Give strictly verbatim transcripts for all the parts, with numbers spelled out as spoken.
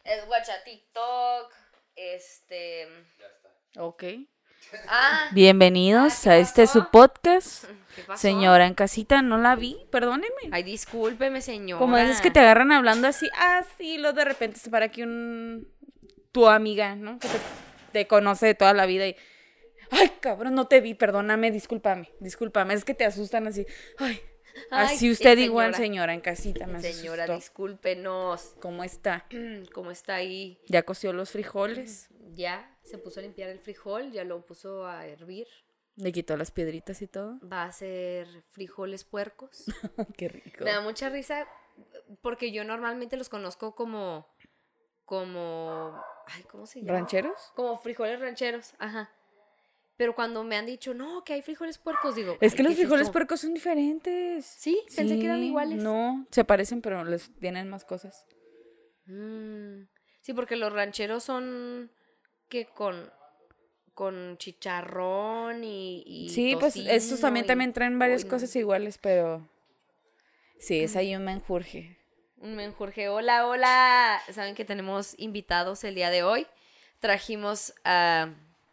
Es guacha TikTok. Este. Ya está. Ok. Ah. Bienvenidos Ah, a ¿qué este pasó? su podcast. ¿Qué pasó? Señora en casita, no la vi, perdóneme. Ay, discúlpeme, señora. Como dices que te agarran hablando así, ah, sí, luego de repente se para aquí un... tu amiga, ¿no? Que te, te conoce de toda la vida y... Ay, cabrón, no te vi, perdóname, discúlpame, discúlpame, es que te asustan así. Ay, Ay, así usted eh, igual, señora. señora en casita, me Señora, asustó. discúlpenos. ¿Cómo está? ¿Cómo está ahí? ¿Ya coció los frijoles? Ya se puso a limpiar el frijol, ya lo puso a hervir. ¿Le quitó las piedritas y todo? Va a hacer frijoles puercos. Qué rico. Me da mucha risa porque yo normalmente los conozco como, como, ay, ¿cómo se llama? ¿Rancheros? Como frijoles rancheros, ajá. Pero cuando me han dicho, no, que hay frijoles puercos, digo, Es ay, que los ¿qué es frijoles esto? puercos son diferentes. Sí, pensé que eran Sí, iguales. No, se parecen, pero les tienen más cosas. Mm, sí, porque los rancheros son que con, con chicharrón y, y Sí, pues tocino estos también, y- también traen varias Uy, no. cosas iguales, pero... Sí, es ahí un menjurje. Un menjurje. Hola, hola. Saben que tenemos invitados el día de hoy. Trajimos a,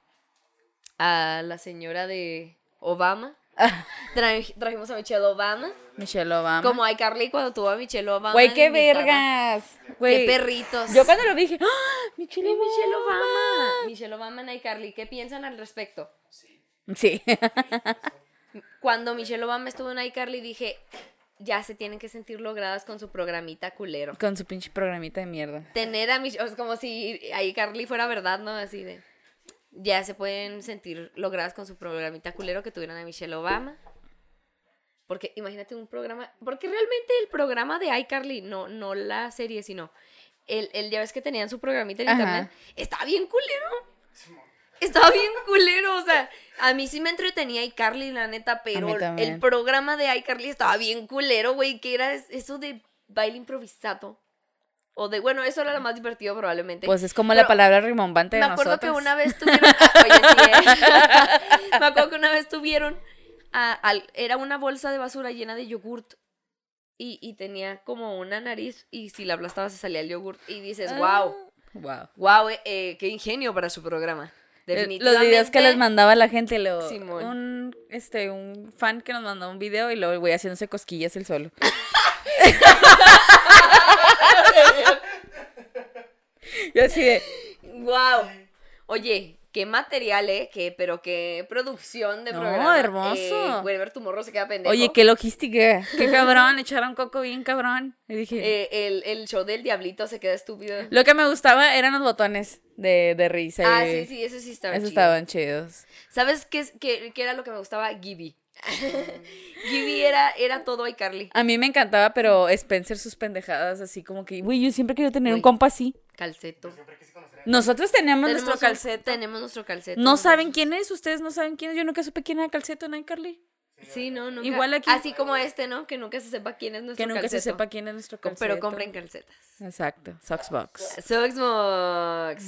a la señora de Obama. Tra- trajimos a Michelle Obama. Michelle Obama. Como iCarly cuando tuvo a Michelle Obama. Güey, de qué invitada. vergas. Qué Güey, perritos. yo cuando lo vi dije, ¡ah! Michelle Y Obama. Michelle Obama. Michelle Obama en iCarly. ¿Qué piensan al respecto? Sí. Cuando Michelle Obama estuvo en iCarly dije, ya se tienen que sentir logradas con su programita culero. Con su pinche programita de mierda. Tener a Michelle, es como si iCarly fuera verdad, ¿no? Así de, ya se pueden sentir logradas con su programita culero que tuvieron a Michelle Obama. Porque imagínate un programa, porque realmente el programa de iCarly, no, no la serie, sino el, el ya ves que tenían su programita en Ajá. internet, está bien culero. Estaba bien culero, o sea, a mí sí me entretenía iCarly, la neta, pero mí también. el programa de iCarly estaba bien culero, güey, que era eso de baile improvisado. O de, bueno, eso era lo más divertido probablemente. Pues es como Pero la palabra rimbombante de me acuerdo nosotros. que una vez tuvieron, ah, oye, sí, ¿eh? Me acuerdo que una vez tuvieron, a- al- era una bolsa de basura llena de yogurt. Y, y tenía como una nariz y si la aplastabas se salía el yogurt. Y dices, wow, Wow. wow, eh, eh, qué ingenio para su programa. Los videos que les mandaba la gente, lo, Simón. un, este, un fan que nos mandó un video y luego el güey haciéndose cosquillas él solo. Yo así de, Wow. Oye, qué material, ¿eh? Qué, pero qué producción de No, programa. hermoso. Eh, Wherever Tomorrow se queda pendejo. oye, qué logística, qué cabrón, echaron coco bien cabrón. Y dije, Eh, el, el show del diablito se queda estúpido. lo que me gustaba eran los botones de, de risa. Ah, y- sí, sí, eso sí estaba Esos chido. estaban chidos. ¿Sabes qué, es- qué, qué era lo que me gustaba? Gibby. Gibby era, era todo iCarly. A mí me encantaba, pero Spencer sus pendejadas, así como que, güey, yo siempre quiero tener un Güey. compa así. Calceto. Nosotros teníamos Tenemos nuestro un- calceto. Tenemos nuestro calceto. ¿No saben quién es? ¿Ustedes no saben quién es? Yo nunca supe quién era calceto en iCarly. Sí, no, nunca. Igual aquí. Así como este, ¿no? Que nunca se sepa quién es nuestro Que nunca calceto. se sepa quién es nuestro Co- calceto. Pero compren calcetas. Exacto, Socksbox. Soxmox.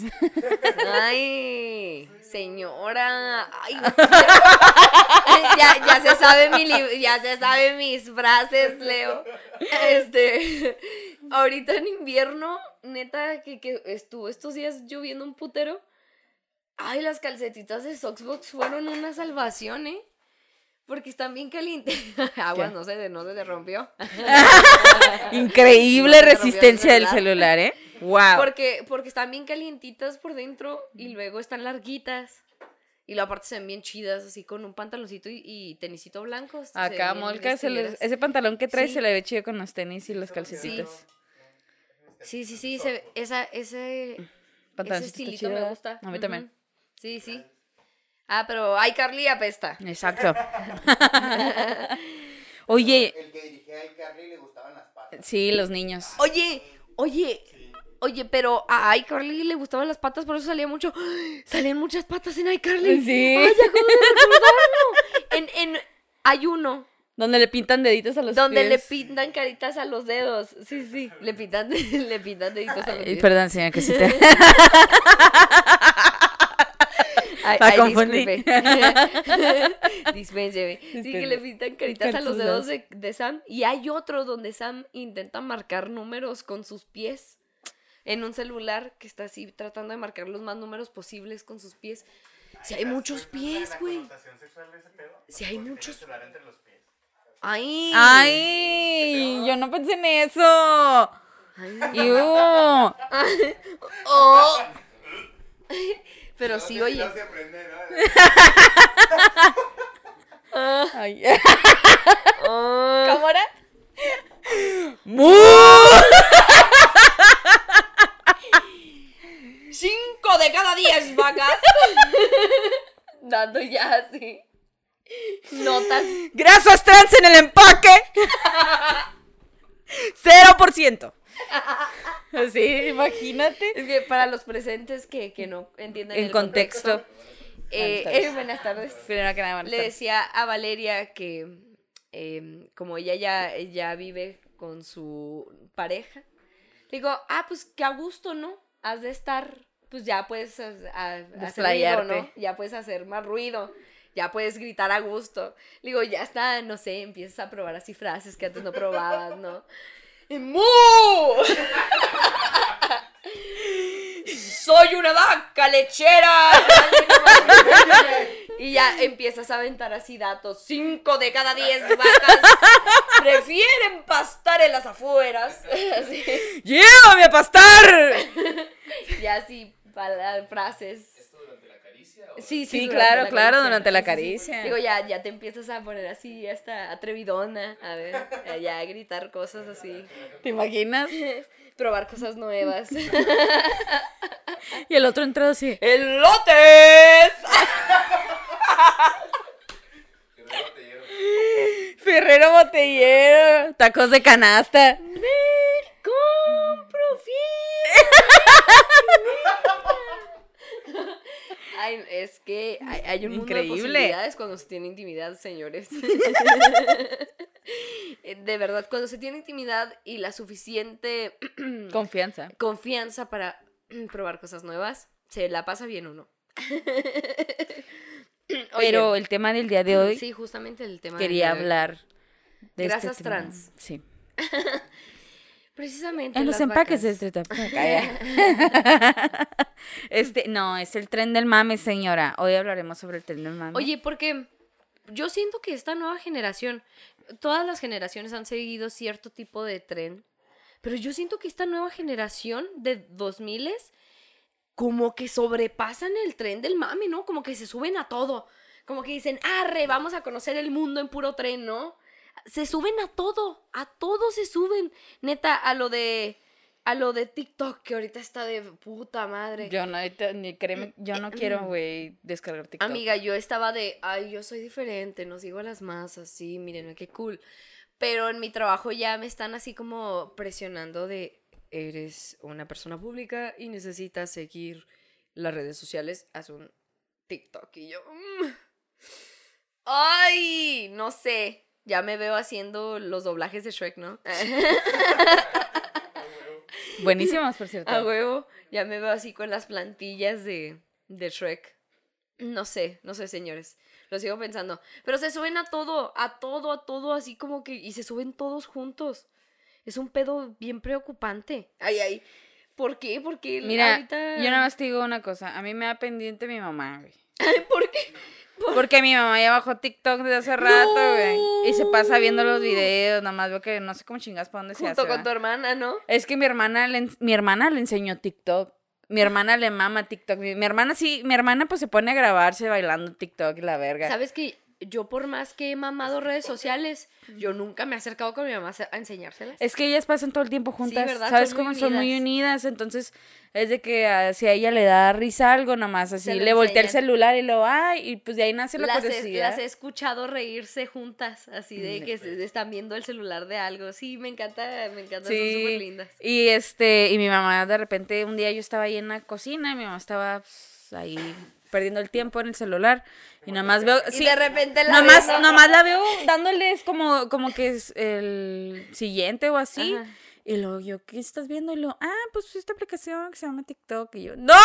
Ay, señora. Ay, ya, ya se sabe mi li- ya se sabe mis frases, Leo. Este, ahorita en invierno, neta, que, que estuvo estos días lloviendo un putero. Ay, las calcetitas de Soxbox fueron una salvación, ¿eh? Porque están bien calientes. Aguas, ¿Qué? no se, no se te rompió. Increíble No se te rompió resistencia el del celular. celular, ¿eh? Wow. Porque, porque están bien calientitas por dentro y luego están larguitas. Y luego aparte se ven bien chidas, así con un pantaloncito y, y tenisito blancos. se ven Acá, bien Molca, se le- estileras. ese pantalón que trae Sí. se le ve chido con los tenis y los calcetitos. Sí, sí, sí, se ve- esa, ese, ese Pantaloncito estilito chido, me ¿verdad? gusta. A mí también. Ujú. Sí, sí. Ah, pero iCarly apesta. Exacto. Oye, El que dirigía a iCarly le gustaban las patas. sí, los niños. Oye, oye, oye, pero a iCarly le gustaban las patas, por eso salía mucho. ¡Ay! Salían muchas patas en iCarly. Sí. Ay, acabo de recordarlo. En, en, hay uno Donde le pintan deditos a los donde le pies. pintan caritas a los dedos. Sí, sí, le pintan, le pintan deditos a los Ay, pies. perdón, señora, que sí te... Ay, La ay, confundí. disculpe. Dispénseme. Sí, que Dispense. le pintan caritas a los Sus dedos dedos. de, de Sam. Y hay otro donde Sam intenta marcar números con sus pies. en un celular que está así tratando de marcar los más números posibles con sus pies. Si hay muchos pies, güey. Si hay muchos. Ay. Ay, yo no pensé en eso. Ay. Iu. Oh. Pero sí, No sé si oye. no se aprende, ¿no? Ay. Oh. ¿Cómo era? ¡Mu! Cinco de cada diez vacas. Dando ya así. Notas. ¡Grasas trans en el empaque! Cero por ciento. Sí, imagínate. Es que para los presentes que, que no entienden En el contexto. eh, Buenas tardes. eh, buenas tardes. Primero que nada, buenas Le tardes. decía a Valeria que eh, como ella ya, ya vive con su pareja, le digo, ah, pues que a gusto, ¿no? Has de estar, pues ya puedes a- a- hacer ruido, Desplayarte. ¿no? Ya puedes hacer más ruido, ya puedes gritar a gusto. Le digo, ya está, no sé, empiezas a probar así frases que antes no probabas, ¿no? ¡Mu! ¡Soy una vaca lechera! Y ya empiezas a aventar así datos. Cinco de cada diez vacas prefieren pastar en las afueras. Así. ¡Llévame a pastar! Y así, pala- frases. ¿Esto durante la caricia? O... Sí, sí, Sí, durante claro, la claro, caricia. durante la Sí, sí, sí. caricia. Digo, ya, ya te empiezas a poner así, hasta atrevidona. A ver, ya a gritar cosas así. ¿Te imaginas? Probar cosas nuevas. Y el otro entrado así. ¡Elotes! Guerrero Botellero. Ferrero Botellero. Tacos de canasta. ¡Compro fiel! Ay, es que hay, hay un mundo de Increíble. posibilidades cuando se tiene intimidad, señores. De verdad, cuando se tiene intimidad y la suficiente Confianza. confianza para probar cosas nuevas, se la pasa bien uno. Pero Oye, el tema del día de hoy, sí, justamente el tema quería del día de hoy. hablar de Grasas este tema. trans. Sí. Precisamente En los las empaques vacas. de este Este, no, es el tren del mame, señora. Hoy hablaremos sobre el tren del mame. Oye, porque yo siento que esta nueva generación, todas las generaciones han seguido cierto tipo de tren, pero yo siento que esta nueva generación de dos miles como que sobrepasan el tren del mame, ¿no? Como que se suben a todo. Como que dicen, arre, vamos a conocer el mundo en puro tren, ¿no? Se suben a todo, a todo se suben. Neta, a lo de, a lo de TikTok, que ahorita está de puta madre. Yo no, ahorita ni créeme, yo no quiero, güey, descargar TikTok. Amiga, yo estaba de, ay, yo soy diferente, no sigo a las masas, sí, miren, qué cool. Pero en mi trabajo ya me están así como presionando de, eres una persona pública y necesitas seguir las redes sociales, haz un TikTok. Y yo, mm, ay, no sé, ya me veo haciendo los doblajes de Shrek, ¿no? Buenísimos, por cierto. A huevo, ya me veo así con las plantillas de, de Shrek. No sé, no sé, señores. Lo sigo pensando. Pero se suben a todo, a todo, a todo, así como que... Y se suben todos juntos. Es un pedo bien preocupante. Ay, ay. ¿Por qué? Porque Mira, ahorita... yo nada más te digo una cosa. A mí me da pendiente mi mamá, güey. ¿Por qué? Porque mi mamá ya bajó TikTok desde hace rato, güey. Y se pasa viendo los videos. Nada más veo que no sé cómo chingas para dónde se hace. Junto con tu ¿verdad? hermana, ¿no? Es que mi hermana le, en- mi hermana le enseñó TikTok. Mi hermana le mama TikTok. Mi, mi hermana sí, mi hermana pues se pone a grabarse bailando TikTok y la verga. ¿Sabes que yo por más que he mamado redes sociales, yo nunca me he acercado con mi mamá a enseñárselas? Es que ellas pasan todo el tiempo juntas, ¿verdad? ¿sabes Son muy cómo? Son muy unidas. unidas, entonces es de que ah, si a ella le da risa algo, nomás así, Se lo le voltea el enseñan. celular y lo, ay, y pues de ahí nace la Las he, curiosidad. las he escuchado reírse juntas, así de Mm, que se están viendo el celular de algo. Sí, me encanta, me encanta, son Sí, súper lindas. y este, y mi mamá de repente, un día yo estaba ahí en la cocina y mi mamá estaba pues, ahí perdiendo el tiempo en el celular y nada más veo, Y sí, de repente la nomás, ves, ¿no? nomás la veo dándoles como, como que es el siguiente o así. Ajá. Y luego yo, ¿qué estás viendo? Y luego, ah, pues esta aplicación que se llama TikTok. Y yo, ¡no!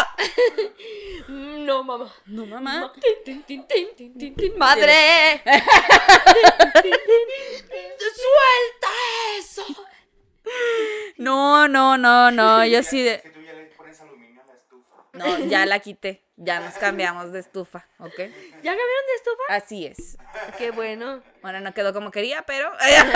Mm, No, mamá. No, mamá. Tin, tin, tin, tin, tin, tin. ¡Madre! ¡Suelta eso! No, no, no, no, yo sí Es de... que tú ya le pones aluminio a la estufa. No, ya la quité, ya nos cambiamos de estufa, ¿ok? ¿Ya cambiaron de estufa? Así es. Qué bueno. Bueno, no quedó como quería, pero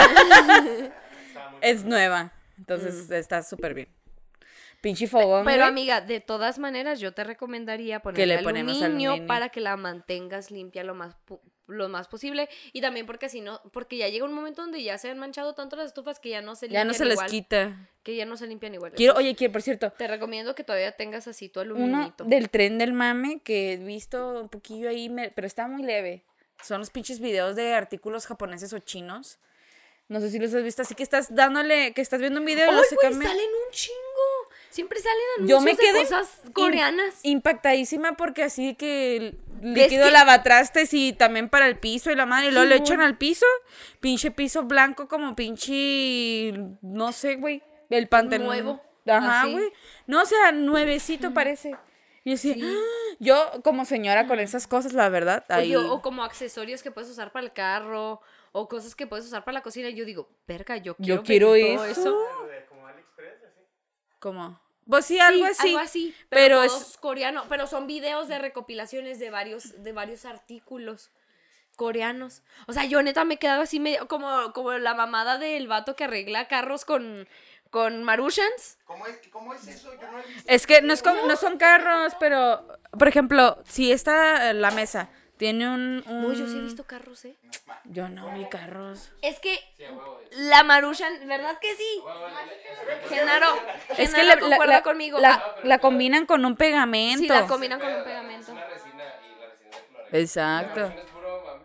es nueva, entonces está súper bien. Pinche fogón, Pero güey. amiga, de todas maneras, yo te recomendaría Que ponerle le ponemos aluminio, aluminio. para que la mantengas limpia lo más pu- lo más posible. Y también porque si no, porque ya llega un momento donde ya se han manchado tanto las estufas que ya no se Ya limpian no se les igual, quita. que ya no se limpian igual. Quiero, Entonces, oye, quiero, por cierto, te recomiendo que todavía tengas así tu uno aluminito. del tren del mame que he visto un poquillo ahí, me- pero está muy leve. Son los pinches videos de artículos japoneses o chinos. No sé si los has visto, así que estás dándole, que estás viendo un video y ¡Ay, lo güey! secame- Salen un chingo. Siempre salen anuncios Yo me de quedé cosas im- coreanas. impactadísima porque así que el ¿Ves líquido que- lavatrastes y también para el piso y la madre, y luego le Simón. echan al piso, pinche piso blanco como pinche, no sé, güey, el pantalón. Nuevo, Ajá, así. güey. No, o sea, nuevecito parece. Y yo decía, Sí. "Ah", yo como señora con esas cosas, la verdad, ahí... Oye, o como accesorios que puedes usar para el carro, o cosas que puedes usar para la cocina. Y yo digo, verga, yo quiero, Yo quiero pedir todo eso. Como AliExpress, así. ¿Cómo? Pues sí, algo Sí, así. algo así, Pero, pero, es... todos coreanos, pero son videos de recopilaciones de varios, de varios artículos coreanos. O sea, yo neta me he quedado así medio, como, como la mamada del vato que arregla carros con, con Marushans. ¿Cómo es, ¿Cómo es eso? Yo no he visto. Es que no, es como- no son carros, pero, por ejemplo, si esta, la mesa, tiene un... un- No, yo sí he visto carros, ¿eh? Yo no vi carros. Es que Sí, a huevo. la Marushan, ¿verdad que sí? A huevo, la- la- Genaro, Es que Genaro la, la- concuerda la- conmigo. la- Ah, la combinan con un pegamento. sí, la combinan con un Es pegamento. una resina y la resina es clorela. Exacto. La resina es puro mame.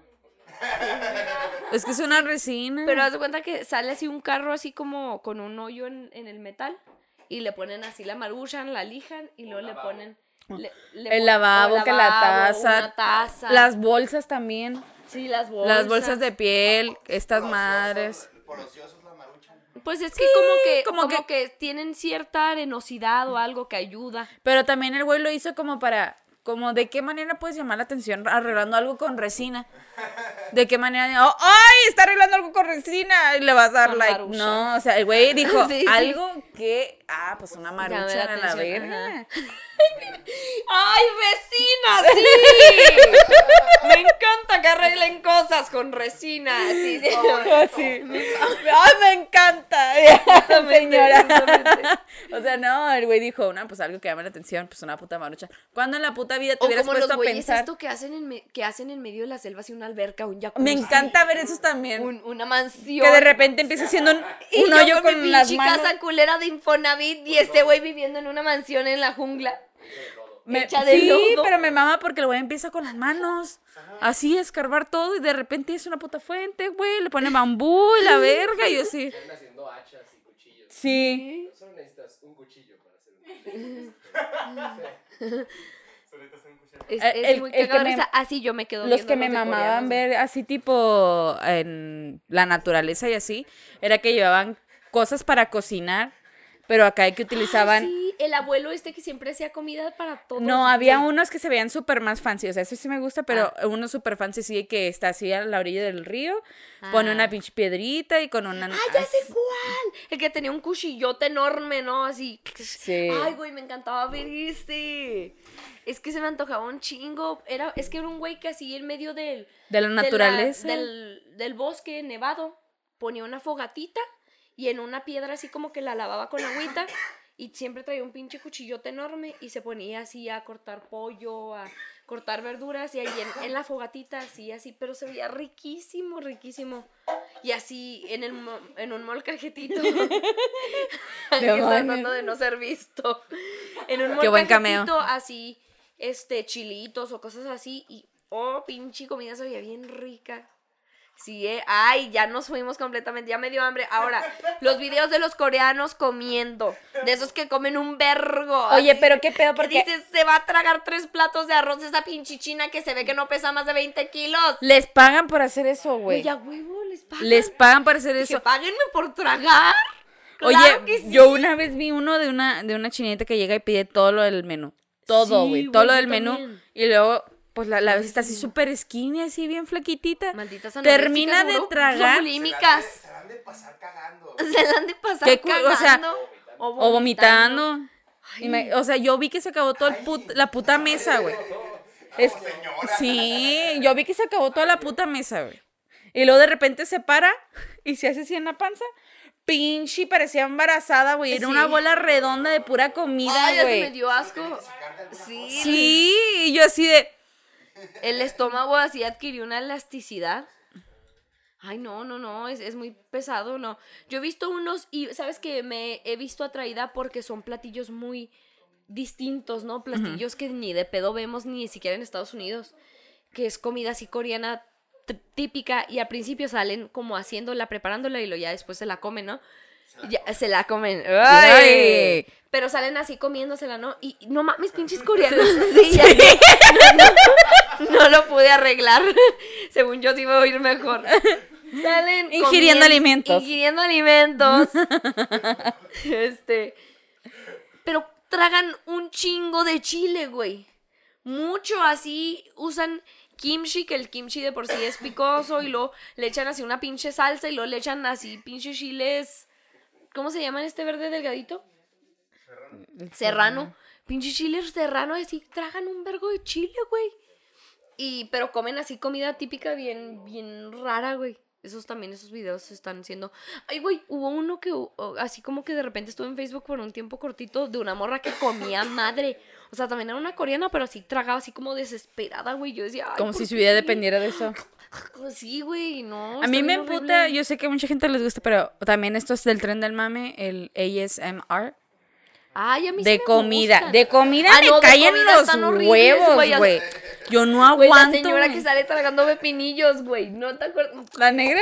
Es que es una resina. Pero haz de cuenta que sale así un carro así como con un hoyo en, en el metal y le ponen así la Marushan, la lijan y luego le ponen... le- le El ponen- lavabo, o que la lavabo, taza, una taza. Las bolsas también. Sí, las bolsas. Las bolsas de piel, estas madres. Por ociosos la maruchan. Pues es que como que como como, que... tienen cierta arenosidad o algo que ayuda. Pero también el güey lo hizo como para, como de qué manera puedes llamar la atención arreglando algo con resina. De qué manera, oh, ¡ay! Está arreglando algo con resina y le vas a dar Con like. maruchan. No, o sea, el güey dijo Sí, sí. algo que, ah, pues una Llame la maruchan a la atención, verga. ¡Ay, vecina! ¡Sí! Me encanta que arreglen cosas con resina. Sí, sí. Así. ¡Ay, me encanta! Señora. Exactamente. O sea, no, el güey dijo, una, pues algo que llame la atención, pues una puta marucha. ¿Cuándo en la puta vida te O hubieras como los puesto a güeyes pensar? esto que hacen, en me- que hacen en medio de la selva, así una alberca, un jacuzzi. Me encanta ver esos también. un- una mansión. Que de repente empieza siendo un, Y un yo hoyo con, con mi las pinche manos. casa culera de Infonavit y este güey viviendo en una mansión en la jungla. Me- hecha de sí, lodo. pero me mama porque el güey empieza con las manos. Así, a escarbar todo y de repente es una puta fuente, güey. Le pone bambú y la verga y yo así. Están haciendo hachas y cuchillos. Sí. Solo necesitas un cuchillo para hacer un cuchillo. Es, El- es el- muy el que cagado me- risa. Así yo me quedo Los viendo que me de mamaban coreanos. ver así tipo en la naturaleza y así, era que llevaban cosas para cocinar, pero acá hay que utilizaban... Ah, sí, el abuelo este que siempre hacía comida para todos. No, había güey. unos que se veían súper más fancy, o sea, eso sí me gusta, pero uno súper fancy sí que está así a la orilla del río, pone Ah. una pinche piedrita y con una... ¡Ah, ya sé cuál! El que tenía un cuchillote enorme, ¿no? Así. Sí. Ay, güey, me encantaba ver este. Es que se me antojaba un chingo. Era, es que era un güey que así en medio del... De la de naturaleza. del, del bosque nevado ponía una fogatita y en una piedra así como que la lavaba con agüita y siempre traía un pinche cuchillote enorme y se ponía así a cortar pollo, a cortar verduras y ahí en, en la fogatita así, así, pero se veía riquísimo, riquísimo. Y así en, el, mo- en un molcajetito. Tratando de no ser visto. En un Qué buen cameo. molcajetito así, este, chilitos o cosas así y, oh, pinche comida se veía bien rica. Sí, eh. Ay, ya nos fuimos completamente, ya me dio hambre. Ahora, los videos de los coreanos comiendo, de esos que comen un vergo. Oye, así, pero qué pedo, que porque dices, se va a tragar tres platos de arroz esa pinche china que se ve que no pesa más de veinte kilos. les pagan por hacer eso, güey. Oye, a huevo, les pagan. Les pagan por hacer Dije, eso. páguenme por tragar. Oye, Claro que sí. yo una vez vi uno de una, de una chinita que llega y pide todo lo del menú. Todo, Sí, güey. todo güey, lo yo del menú. también. Y luego pues la, la ves está así súper skinny, así bien flaquitita. Malditas Termina anoréxicas, de seguro tragar. son Se la bulímicas. han de- se la han de pasar cagando. Se la han de pasar Qué cu- o sea, cagando O vomitando. Ay. Ima- O sea, yo vi que se acabó toda el put- la puta mesa, güey. Es- Señora. sí, yo vi que se acabó toda la puta mesa, güey. Y luego de repente se para y se hace así en la panza. Pinche, parecía embarazada, güey. Era Sí. una bola redonda de pura comida, Ay, ya se me güey. dio asco. Sí, Sí, y yo así de... el estómago así adquirió una elasticidad. Ay, no, no, no, es, es muy pesado, no. Yo he visto unos, y sabes que me he visto atraída porque son platillos muy distintos, ¿no? Platillos que ni de pedo vemos ni siquiera en Estados Unidos. Que es comida así coreana t- típica y al principio salen como haciéndola, preparándola y lo ya después se la comen, ¿no? Ya, se la comen. ¡Ay! Ay. Pero salen así comiéndosela, ¿no? Y no mames, pinches coreanos. Sí, ya. No, no, no lo pude arreglar. Según yo sí iba a ir mejor. Salen Ingiriendo comien- alimentos. Ingiriendo alimentos. Este. Pero tragan un chingo de chile, güey. Mucho así usan kimchi, que el kimchi de por sí es picoso, y luego le echan así una pinche salsa y luego le echan así pinches chiles. ¿Cómo se llaman este verde delgadito? Serrano. Pinche chile serrano, así tragan un vergo de chile, güey. Y, pero comen así comida típica bien, bien rara, güey. Esos también, esos videos están siendo... Ay, güey, hubo uno que, uh, así como que de repente estuve en Facebook por un tiempo cortito de una morra que comía madre. O sea, también era una coreana, pero así tragaba así como desesperada, güey. Yo decía, ay, Como ¿por si su qué? vida dependiera de eso. Sí, güey, no. A está mí me bien emputa, horrible. yo sé que a mucha gente les gusta, pero también esto es del tren del mame, el A S M R. Ay, a mí sí De me comida, gustan. de comida Ah, me no, de caen comida los están horribles, huevos, güey. güey. Yo no Güey, la aguanto. señora güey. que sale tragando pepinillos, güey. ¿No te acuerdas? ¿La negra?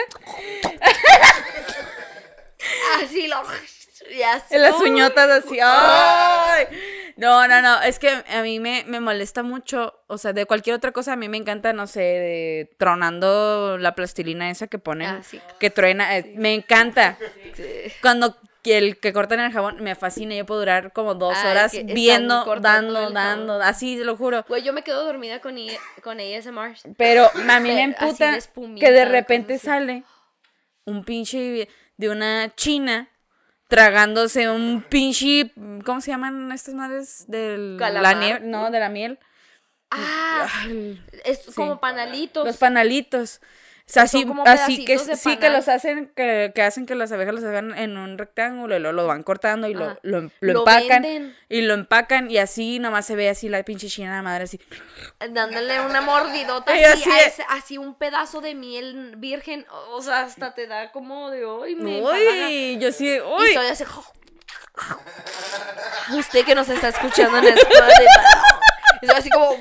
Así lo... Y así. En las uñotas así. ¡Ay! No, no, no. Es que a mí me, me molesta mucho. O sea, de cualquier otra cosa, a mí me encanta, no sé, de tronando la plastilina esa que ponen. Ah, sí. Que truena. eh, me encanta. Sí. Cuando que el que cortan el jabón me fascina. Yo puedo durar como dos Ay, horas que están viendo, cortando dando, el dando. Así, te lo juro. Güey, yo me quedo dormida con, I- con A S M R. Pero a mí me Pero así emputa de espumita, que de de repente cosas así. sale un pinche de una china tragándose un pinche, ¿cómo se llaman estas madres? Del, la Calamar. nieve, no, de la miel. Ah, Ay, es sí. como panalitos. los panalitos. O sea, Son así, como así que pedacitos de sí que panal. los hacen, que, que hacen que las abejas los hagan en un rectángulo y luego lo van cortando y lo, Ajá. lo, lo Lo empacan. venden. Y lo empacan y así nomás se ve así la pinche china la madre así. Dándole una mordidota Ay, así, así a de- ese- así un pedazo de miel virgen. O sea, hasta te da como de hoy me empalaga". Uy, yo sí, Y uy. soy así. Usted que nos está escuchando en Spotify. Y soy así como.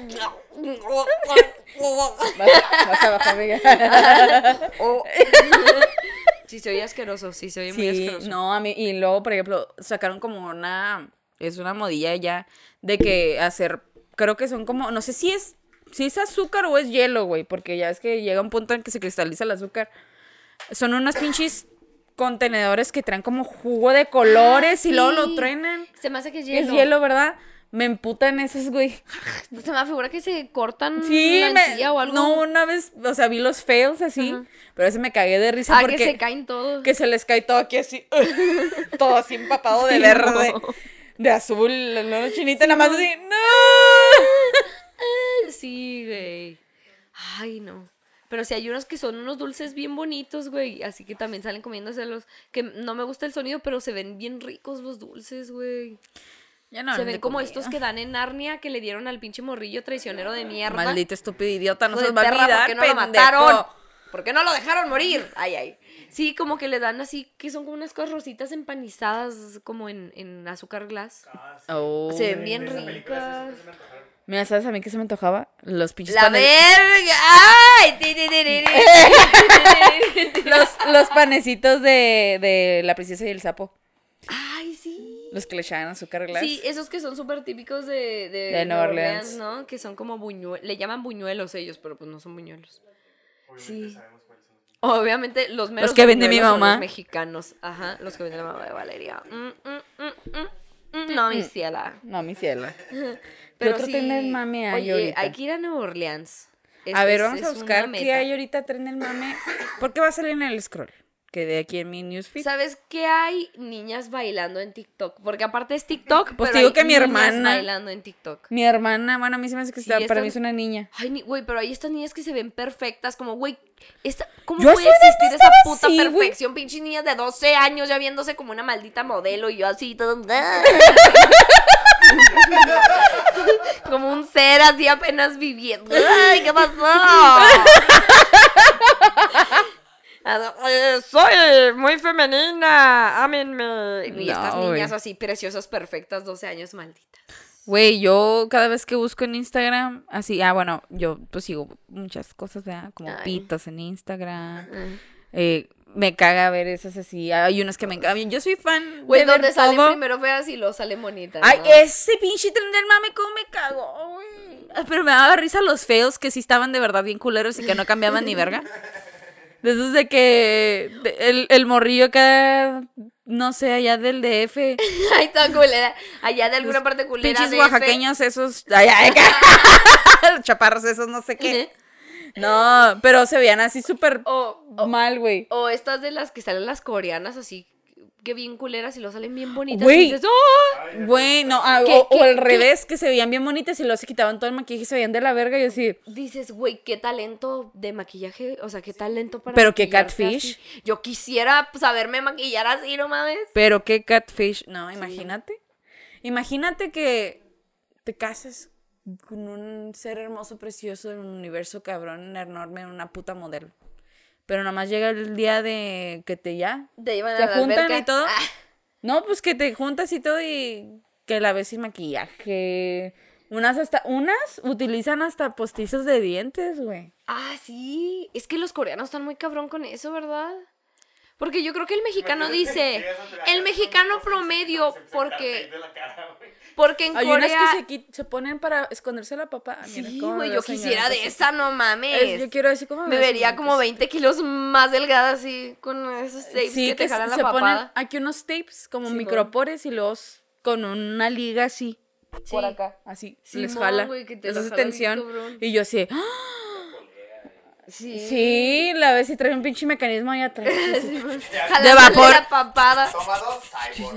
Vas, vas abajo, amiga. Oh. Sí, soy asqueroso, sí, soy muy Sí, asqueroso. no, a mí, y luego, por ejemplo, sacaron como una, es una modilla ya, de que hacer, creo que son como, no sé si es, si es azúcar o es hielo, güey, porque ya es que llega un punto en que se cristaliza el azúcar. Son unos pinches contenedores que traen como jugo de colores y luego lo sí. truenan. Se me hace que es Es hielo. hielo, ¿verdad? Me emputan esos, güey. Se me figura que se cortan Sí, la me, encía o algo. no, una vez, o sea, vi los fails así, Ajá. pero ese me cagué de risa Ah, porque... que se caen todos. que se les cae todo aquí así, todo así empapado de Sí, verde, no. de azul, la chinita nada más así, no. Sí, güey. Ay, no. Pero sí hay unos que son unos dulces bien bonitos, güey. Así que también salen comiéndoselos. Que no me gusta el sonido, pero se ven bien ricos los dulces, güey. Ya no se hablen ven de como comida. estos que dan en Narnia que le dieron al pinche morrillo traicionero de mierda. Maldito estúpido idiota, no Hijo se de los va a perra, olvidar, ¿por qué no lo pendejo. mataron? ¿Por qué no lo dejaron morir? Ay, ay. Sí, como que le dan así, que son como unas cosas rositas empanizadas, como en, en azúcar glass. Oh. Se ven bien ricas. Mira, ¿sabes a mí qué se me antojaba? Los pinches ¡La pane- verga! ¡Ay! Ti, ti, ti, ti, ti. los, los panecitos de, de la princesa y el sapo. ¡Ay, sí! Los que le echaban azúcar glass. Sí, esos que son súper típicos de, de, De Nueva Orleans. ¿no? Que son como buñuelos. Le llaman buñuelos ellos, pero pues no son buñuelos. Sí. Obviamente los meros Los que vende mi buñuelos son mamá. los mexicanos. Ajá, los que vende la mamá de Valeria. Mm, mm, mm, mm, mm. No, mi ciela. No, mi cielo. Pero otro sí, tren del mame hay oye, ahorita? hay que ir a Nueva Orleans. Es- A ver, es- vamos a es una buscar qué meta. hay ahorita tren del mame. ¿Por qué va a salir en el scroll? Que de aquí en mi newsfeed. ¿Sabes qué hay? Niñas bailando en TikTok. Porque aparte es TikTok, Pues pero te digo hay que mi niñas hermana- bailando en TikTok. Mi hermana, bueno, a mí se me hace que Sí, está, para están- mí es una niña. Ay, ni- güey, pero hay estas niñas que se ven perfectas, como, güey, esta, ¿cómo Yo puede hace rato existir esa estaba puta así, güey. perfección? Pinches niñas de doce años ya viéndose como una maldita modelo y yo así todo... como un ser así apenas viviendo. ¡Ay, qué pasó! Eh, soy muy femenina, ámenme. Y No, estas güey. niñas así preciosas, perfectas, doce años, malditas. Güey, yo cada vez que busco en Instagram, así, ah, bueno, yo pues sigo muchas cosas, ¿verdad? Como Ay. pitos en Instagram. Eh, me caga ver esas así. Hay unas que me encantan. Yo soy fan Güey, de ver donde salen todo. primero feas y luego salen bonitas. Ay, ¿no? ese pinche tren del mame, cómo me cagó, güey. Ay, pero me daba risa los feos que sí estaban de verdad bien culeros y que no cambiaban ni verga. De esos de que de- el, el morrillo acá, no sé, allá del D F. Ay, tan culera. Allá de alguna parte culera. Pinches D F. oaxaqueños esos, allá de acá. Los chaparros esos, no sé qué. No, pero se veían así súper O, o, mal, güey. o estas de las que salen las coreanas así, que bien culeras y lo salen bien bonitas. Güey. Y dices, ¡oh! Güey, no, ah, ¿Qué, o, qué, o al qué? revés, que se veían bien bonitas y luego se quitaban todo el maquillaje y se veían de la verga y así. Dices, güey, qué talento de maquillaje, o sea, qué talento para Pero qué maquillarse catfish. así. Yo quisiera saberme maquillar así, no mames. Pero qué catfish. No, imagínate. Imagínate que te cases con un ser hermoso, precioso, en un universo cabrón, enorme, una puta modelo. Pero nada más llega el día de que te ya. Te llevan ¿Te a la juntan alberca. y todo? Ah, No, pues que te juntas y todo y que la ves sin maquillaje. Unas hasta, unas utilizan hasta postizos de dientes, güey. ah, sí. Es que los coreanos están muy cabrón con eso, ¿verdad? Porque yo creo que el mexicano dice, el mexicano promedio, porque, porque en Hay Corea... unas que se, qui- se ponen para esconderse la papa. Ah, mira, Sí, cómo me güey, veo, yo señora, quisiera de pues, esa, no mames. es- yo quiero decir cómo Me veo, vería señora, como pues. veinte kilos más delgada así, con esos tapes Sí, que te que jalan se la ponen papada. aquí unos tapes como Simón. micropores y luego con una liga así. Sí. Por acá, así. les Simón, jala. güey, que te les la hace jala bien tensión. cabrón. Y yo así, ¡ah! Sí. Sí, la ves y trae un pinche mecanismo ahí atrás. Simón. De Jalándole vapor. la papada. Toma dos, cyborg.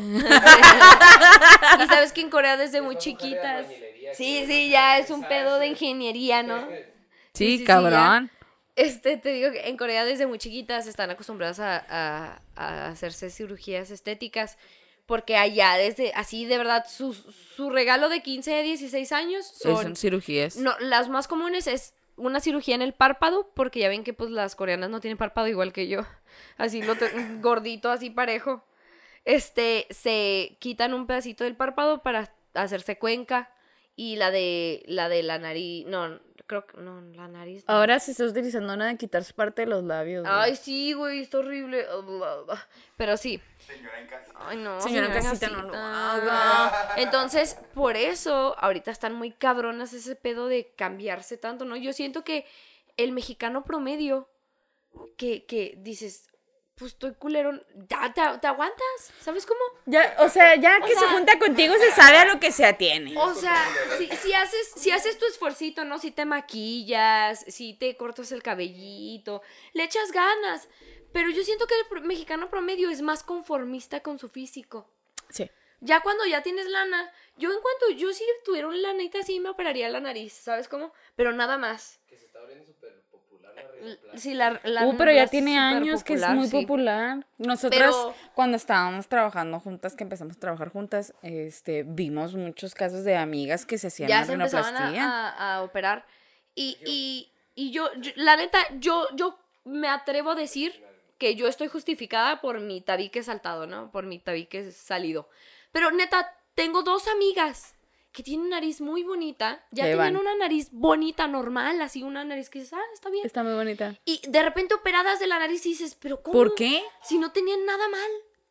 Y sabes que en Corea desde muy chiquitas. Sí, sí, ya es un pedo de ingeniería, ¿no? Sí, sí, sí, cabrón. Este, te digo que en Corea desde muy chiquitas están acostumbradas a, a- a hacerse cirugías estéticas. Porque allá desde, así de verdad, su, su regalo de quince a dieciséis años son... Son cirugías. No, las más comunes es una cirugía en el párpado, porque ya ven que pues las coreanas no tienen párpado igual que yo. Así lo te- gordito, así parejo. Este, se quitan un pedacito del párpado para hacerse cuenca. Y la de la de la nariz, no, creo que no, la nariz. no. Ahora se está utilizando una de quitarse parte de los labios. güey. Ay, sí, güey, está horrible. Pero sí. Señora en casa. Ay, no, Señora señora casita, no lo haga. Entonces, por eso, ahorita están muy cabronas ese pedo de cambiarse tanto, ¿no? Yo siento que el mexicano promedio, que, que dices, pues estoy culero, ya te, te aguantas, ¿sabes cómo? Ya, o sea, ya O que se sea- junta contigo se sabe a lo que se atiene. O sea, si, si haces, si haces tu esfuercito, ¿no? Si te maquillas, si te cortas el cabellito, le echas ganas. Pero yo siento que el pro- mexicano promedio es más conformista con su físico. Sí. Ya cuando ya tienes lana, yo en cuanto yo si tuviera una lanita así me operaría la nariz, ¿sabes cómo? Pero nada más. Que se está volviendo súper popular la L- rinoplastia. Sí, la, la Uh, pero ya rinoplastia tiene es súper años que es popular, muy sí. popular. Nosotras, Pero- cuando estábamos trabajando juntas, que empezamos a trabajar juntas, este, vimos muchos casos de amigas que se hacían Ya la se empezaban rinoplastia. a, a- a operar. Y, y, y yo, yo- la neta, yo, yo me atrevo a decir que yo estoy justificada por mi tabique saltado, ¿no? Por mi tabique salido. Pero neta, tengo dos amigas que tienen nariz muy bonita. Ya Ahí tenían van. una nariz bonita, normal, así una nariz que dices, ah, está bien. Está muy bonita. Y de repente operadas de la nariz y dices, ¿pero cómo? ¿Por qué? Si no tenían nada mal.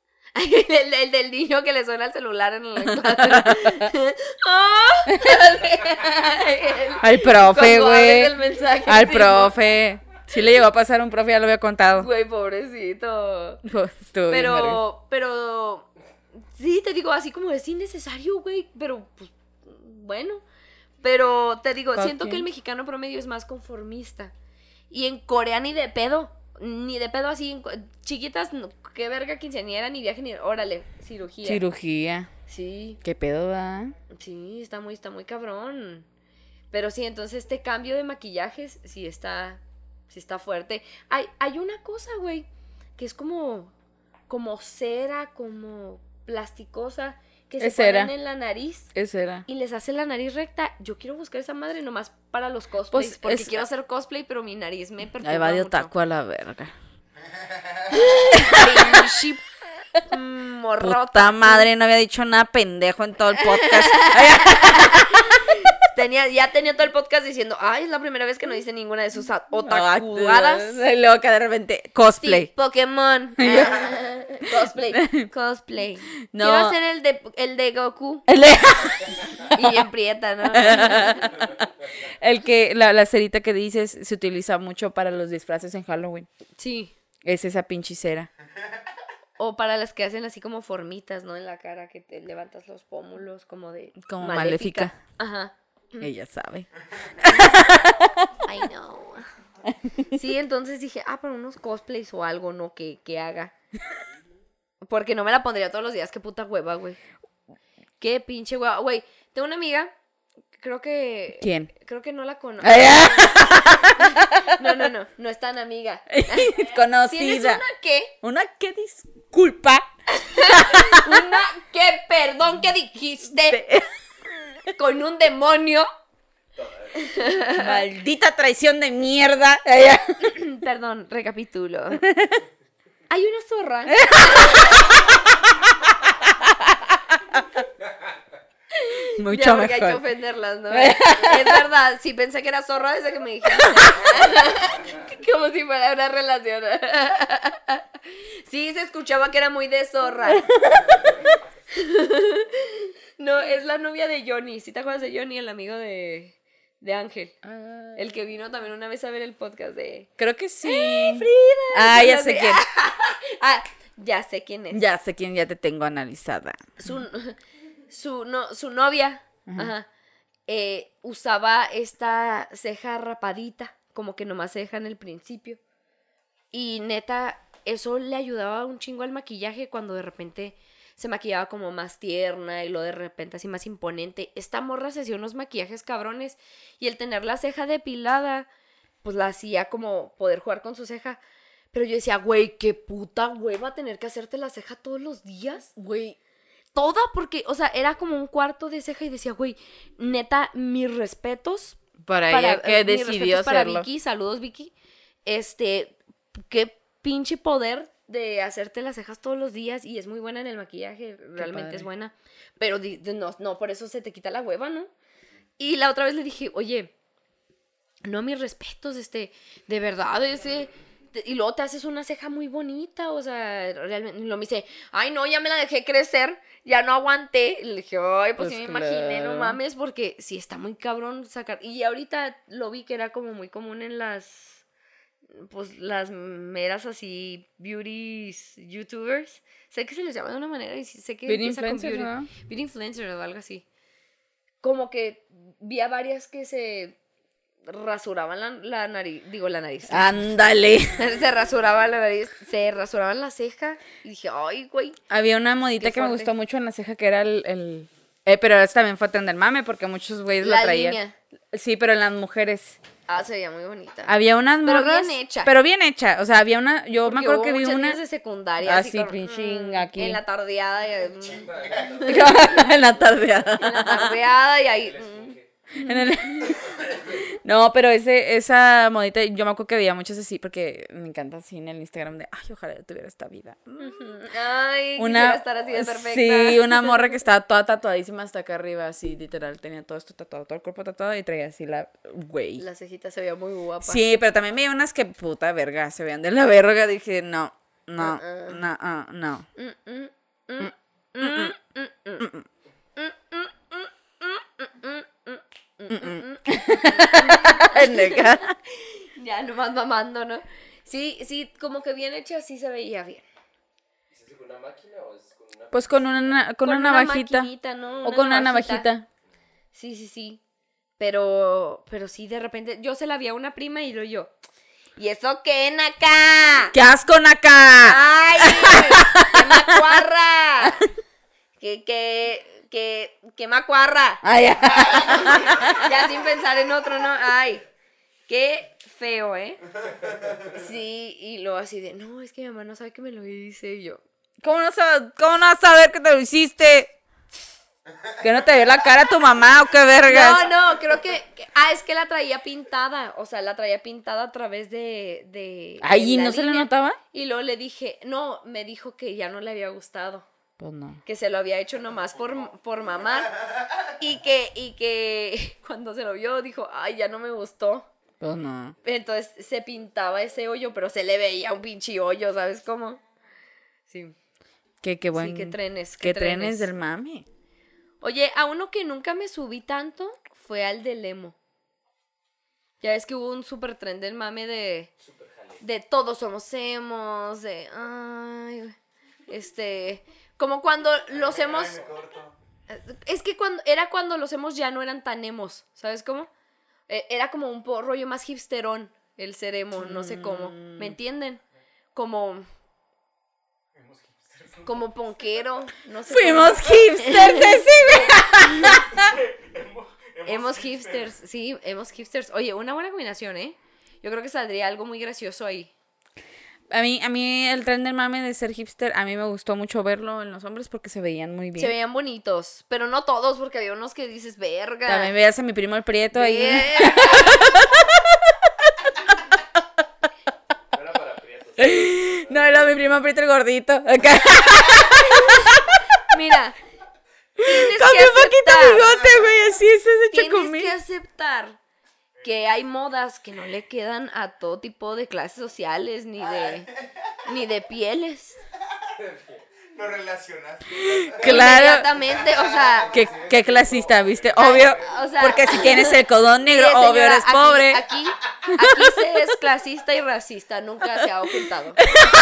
el, el del niño que le suena el celular en el cuadro. ¡Ah! Al profe, Cuando abres güey. el mensaje, Al sí, profe. Sí le llegó a pasar a un profe, ya lo había contado. Güey, pobrecito. Pues, estuvo bien verga. Pero, pero, sí, te digo, así como es innecesario, güey, pero, pues, bueno, Pero te digo, Ok. siento que el mexicano promedio es más conformista. Y en Corea ni de pedo. Ni de pedo así. En, co- chiquitas, no, qué verga quinceañera, ni viaje, ni. Órale, cirugía. Cirugía. Sí, ¿Qué pedo va? sí, está muy, está muy cabrón. Pero sí, entonces este cambio de maquillajes sí está. Sí está fuerte. Hay, hay una cosa, güey. Que es como. Como cera, como plasticosa. Que se Es cera. ponen en la nariz. Esa era. Y les hace la nariz recta. Yo quiero buscar esa madre nomás para los cosplays. Pues, porque es- quiero hacer cosplay, pero mi nariz me perturba Ahí va de mucho. otaku a la verga. Pinche, mm, morra Puta otaku. madre, no había dicho nada pendejo en todo el podcast. Tenía, ya tenía todo el podcast diciendo, ay, es la primera vez que no dice ninguna de sus a- Ay, otakuadas. Y luego que de repente, cosplay. Sí, Pokémon. Ah, cosplay. Cosplay. No. Quiero hacer el de, el de Goku. El, Y bien prieta, ¿no? el que, la, la cerita que dices se utiliza mucho para los disfraces en Halloween. Sí. Es esa pinche cera. O para las que hacen así como formitas, ¿no? En la cara, que te levantas los pómulos como de... Como maléfica. Ajá. Ella sabe. I know. Sí, entonces dije, ah, para unos cosplays o algo, ¿no? Que, que haga. Porque no me la pondría todos los días, qué puta hueva, güey. Qué pinche hueva. Güey, tengo una amiga, creo que... ¿Quién? Creo que no la conozco. Ay, No, no, no, no es tan amiga. ¿Tienes Conocida. una qué? Una que disculpa. Una que, perdón, que dijiste con un demonio. Maldita traición de mierda. Perdón, recapitulo. Hay una zorra. Mucho Ya, porque hay que mejor. ofenderlas, ¿no? Es verdad, sí pensé que era zorra desde que me dijiste. Como si fuera una relación. Sí, se escuchaba que era muy de zorra. No, es la novia de Johnny. ¿Sí te acuerdas de Johnny, el amigo de, de Ángel? El que vino también una vez a ver el podcast de... Creo que sí. Frida! Ah, ya Yo sé así, quién. Ah, ya sé quién es. Ya sé quién, ya te tengo analizada. Su, su, no, su novia ajá, eh, usaba esta ceja rapadita, como que nomás se deja en el principio. Y neta, eso le ayudaba un chingo al maquillaje cuando de repente se maquillaba como más tierna y luego de repente así más imponente. Esta morra se hacía unos maquillajes cabrones y el tener la ceja depilada, pues la hacía como poder jugar con su ceja. Pero yo decía, güey, qué puta hueva tener que hacerte la ceja todos los días. Güey. Toda, porque, o sea, era como un cuarto de ceja y decía, güey, neta, mis respetos. Para, para, ella que eh, mis decidió respetos para hacerlo. Vicky, saludos Vicky. Este, qué pinche poder de hacerte las cejas todos los días y es muy buena en el maquillaje, realmente padre. es buena. Pero di- di- no, no, por eso se te quita la hueva, ¿no? Y la otra vez le dije, oye, no, mis respetos, este, de verdad, ese... te- Y luego te haces una ceja muy bonita, o sea, realmente, lo me dice, ay, no, ya me la dejé crecer, ya no aguanté. Y le dije, ay, pues, Pues sí me imaginé, no claro. mames, porque sí está muy cabrón sacar. Y ahorita lo vi que era como muy común en las, pues, las meras así, beauties, youtubers. Sé que se les llama de una manera y sí sé que Beauty empieza con influencers, beauty. ¿no? Beauty influencer o algo así. Como que vi a varias que se rasuraban la, la nariz, digo la nariz. Ándale. Se rasuraban la nariz, se rasuraban la ceja y dije, ay, güey. Había una modita Qué que me fuerte. gustó mucho en la ceja que era el... el- Eh, pero esa también fue tender mame porque muchos güeyes la La traían. línea. Sí, pero en las mujeres. Ah, se veía muy bonita. Había unas Pero morras. bien hecha. Pero bien hecha. O sea, había una. Yo Porque me acuerdo hubo que vi muchas una. niñas de secundaria. Ah, así sí, con, pinchín, mm, aquí. En la tardeada. Y, mm, en la tardeada. en la tardeada y ahí. mm. En el- No, pero ese, esa modita, yo me acuerdo que veía muchas así porque me encanta así en el Instagram de, ay, ojalá yo tuviera esta vida. Ay, Una, quisiera estar así de perfecta. sí, una morra que estaba toda tatuadísima hasta acá arriba, así, literal, tenía todo esto tatuado, todo el cuerpo tatuado y traía así la, güey. La cejita se veía muy guapa. Sí, pero también veía unas que, puta verga, se veían de la verga, dije, no, no, Uh-uh. no, ah, no. Mm, mm, mm, mm, mm, mm, mm. Mm, mm, mm, mm, mm, mm, mm, mm. Nega. Ya nomás mamando, ¿no? Sí, sí, como que bien hecha, sí se veía bien. ¿Y se hace con una máquina o es con una... Pues con una, con una navajita. maquinita, ¿no? O con una navajita. Sí, sí, sí. pero, pero sí, de repente, yo se la vi a una prima y lo yo, ¿y eso qué, Naka? ¡Qué asco, Naka! ¡Ay! ¡Qué macuarra! ¡Qué, qué, qué, qué macuarra! Ay, ay. Ya sin pensar en otro, ¿no? ¡Ay! ¡Qué feo, eh! Sí, y luego así de, no, es que mi mamá no sabe que me lo hice, y yo. ¿Cómo no, sab- ¿Cómo no vas a saber que te lo hiciste? ¿Que no te vio la cara tu mamá o qué vergas? No, no, creo que, que- ah, es que la traía pintada, o sea, la traía pintada a través de, de Ay, de ¿y la no se le línea. notaba? Y luego le dije, no, me dijo que ya no le había gustado, Pues no. que se lo había hecho nomás por, por mamá, y que, y que cuando se lo vio dijo, ay, ya no me gustó. Pues no. Entonces se pintaba ese hoyo, pero se le veía un pinche hoyo, ¿sabes cómo? Sí, Qué, qué buen. sí, qué trenes, Qué qué trenes trenes. del mame. Oye, a uno que nunca me subí tanto fue al del emo. Ya ves que hubo un super tren del mame de... De todos somos emos, de... Ay, este... Como cuando los emos... Ay, me corto. Es que cuando era cuando los emos ya no eran tan emos, ¿sabes cómo? Eh, Era como un po- rollo más hipsterón el ser emo, no sé cómo. ¿Me entienden? Como... Hemos hipsters. Como ponquero, no sé Fuimos cómo. hipsters, ese, güey. Hemos- Hemos hipsters, sí, hemos hipsters. Oye, una buena combinación, ¿eh? Yo creo que saldría algo muy gracioso ahí. A mí, a mí el tren del mame de ser hipster, a mí me gustó mucho verlo en los hombres porque se veían muy bien. Se veían bonitos, pero no todos, porque había unos que dices, verga. También veías a mi primo el Prieto ahí. verga". No era para prietos. No, era mi primo Prieto el gordito. Acá. Mira, tienes Con que mi poquito aceptar, bigote, güey, así es ese tienes chocomil. que aceptar que hay modas que no le quedan a todo tipo de clases sociales, ni de, ni de pieles. Lo relacionaste. Claro. Inmediatamente, o sea... Qué, qué clasista, ¿viste? Obvio. o sea- Porque si tienes el codón negro, Mire, obvio señora, eres aquí- pobre. Aquí, aquí se es clasista y racista, nunca se ha ocultado.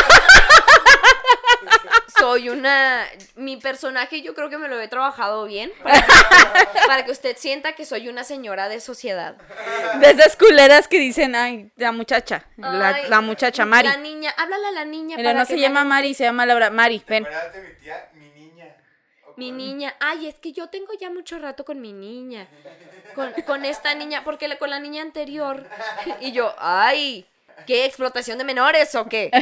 Soy una... Mi personaje yo creo que me lo he trabajado bien para que, para que usted sienta que soy una señora de sociedad. De esas culeras que dicen, ay, la muchacha. La, Ay, la muchacha, Mari. La niña, háblale a la niña. Mira, para no que se me llama haga- Mari, se llama Laura. Mari, ven. Acuérdate, mi tía, mi niña. ¿O Mi cuál? niña, ay, es que yo tengo ya mucho rato con mi niña, con, con esta niña, porque la- con la niña anterior, y yo, ay, ¿qué explotación de menores o qué?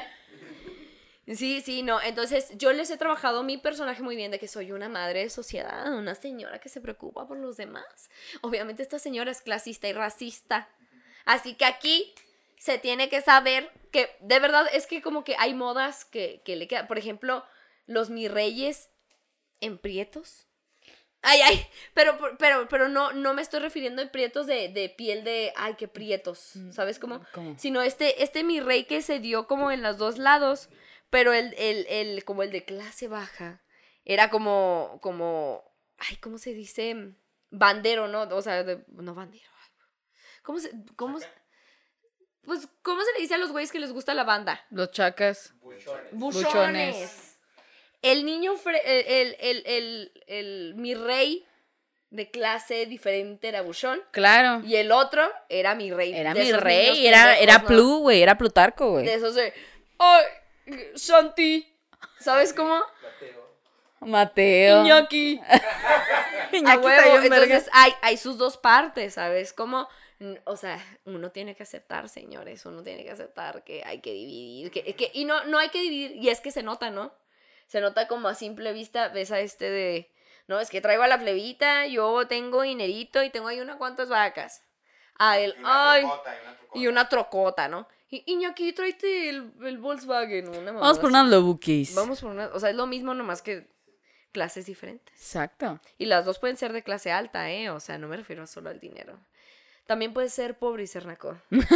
Sí, sí, no, entonces yo les he trabajado mi personaje muy bien de que soy una madre de sociedad, una señora que se preocupa por los demás. Obviamente esta señora es clasista y racista, así que aquí se tiene que saber que de verdad es que como que hay modas que, que le quedan, por ejemplo, los mi reyes en prietos. Ay, ay, pero, pero, pero no, no me estoy refiriendo a prietos de, de piel de, ay, qué prietos, ¿sabes cómo? ¿Cómo? Sino este, este mi rey que se dio como en los dos lados, pero el, el, el, como el de clase baja, era como, como, ay, ¿cómo se dice? Bandero, ¿no? O sea, de- no bandero. ay, ¿Cómo se, cómo se- pues, ¿cómo se le dice a los güeyes que les gusta la banda? Los chacas. Buchones. Buchones. Buchones. El niño, fre- el, el, el, el, el- mi rey de clase diferente era buchón. Claro. Y el otro era mi rey. Era de mi esos rey, niños era, pendejos, era ¿no? Plu, güey, era Plutarco, güey. De esos de, ay, Santi, ¿sabes cómo? Mateo. Mateo. Iñaki. Iñaki A está huevo. bien verga. Entonces hay, hay sus dos partes, ¿sabes? Como, n- o sea, uno tiene que aceptar, señores, uno tiene que aceptar que hay que dividir, que, que, y no, no hay que dividir, y es que se nota, ¿no? Se nota como a simple vista, ves a este de, no, es que traigo a la plebita, yo tengo dinerito y tengo ahí unas cuantas vacas. A él, Y una ay, trocota, y una trocota. y una trocota, ¿no? Y Iñaki, tráete el, el Volkswagen, una mamada Vamos por así. unas lobukis. Vamos por una, o sea, es lo mismo nomás que clases diferentes. Exacto. Y las dos pueden ser de clase alta, ¿eh? O sea, no me refiero solo al dinero. También puedes ser pobre y ser naco.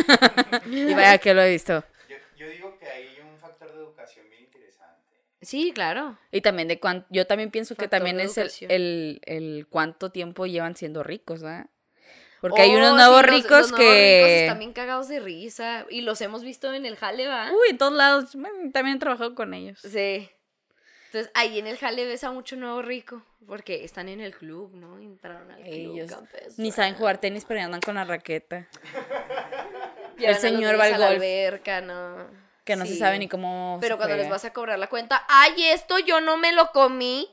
Y vaya que lo he visto. Yo, yo digo que hay un factor de educación bien interesante. Sí, claro. Y también de cuánto, yo también pienso que Factor también de es el, educación. el, el cuánto tiempo llevan siendo ricos, ¿verdad? Porque hay Oh, unos sí, nuevos los- ricos los nuevos que... ricos están bien cagados de risa. Y los hemos visto en el jale, ¿va? Uy, en todos lados. Bueno, también he trabajado con ellos. Sí. Entonces, ahí en el jale ves a mucho nuevo rico, porque están en el club, ¿no? Entraron al club. Ellos campestre. ni saben jugar tenis, pero ya andan con la raqueta. Llevan el señor a los va niños al a la golf. alberca, ¿no? Que no Sí. se sabe ni cómo Pero se cuando les juega. vas a cobrar la cuenta, ¡ay, esto yo no me lo comí!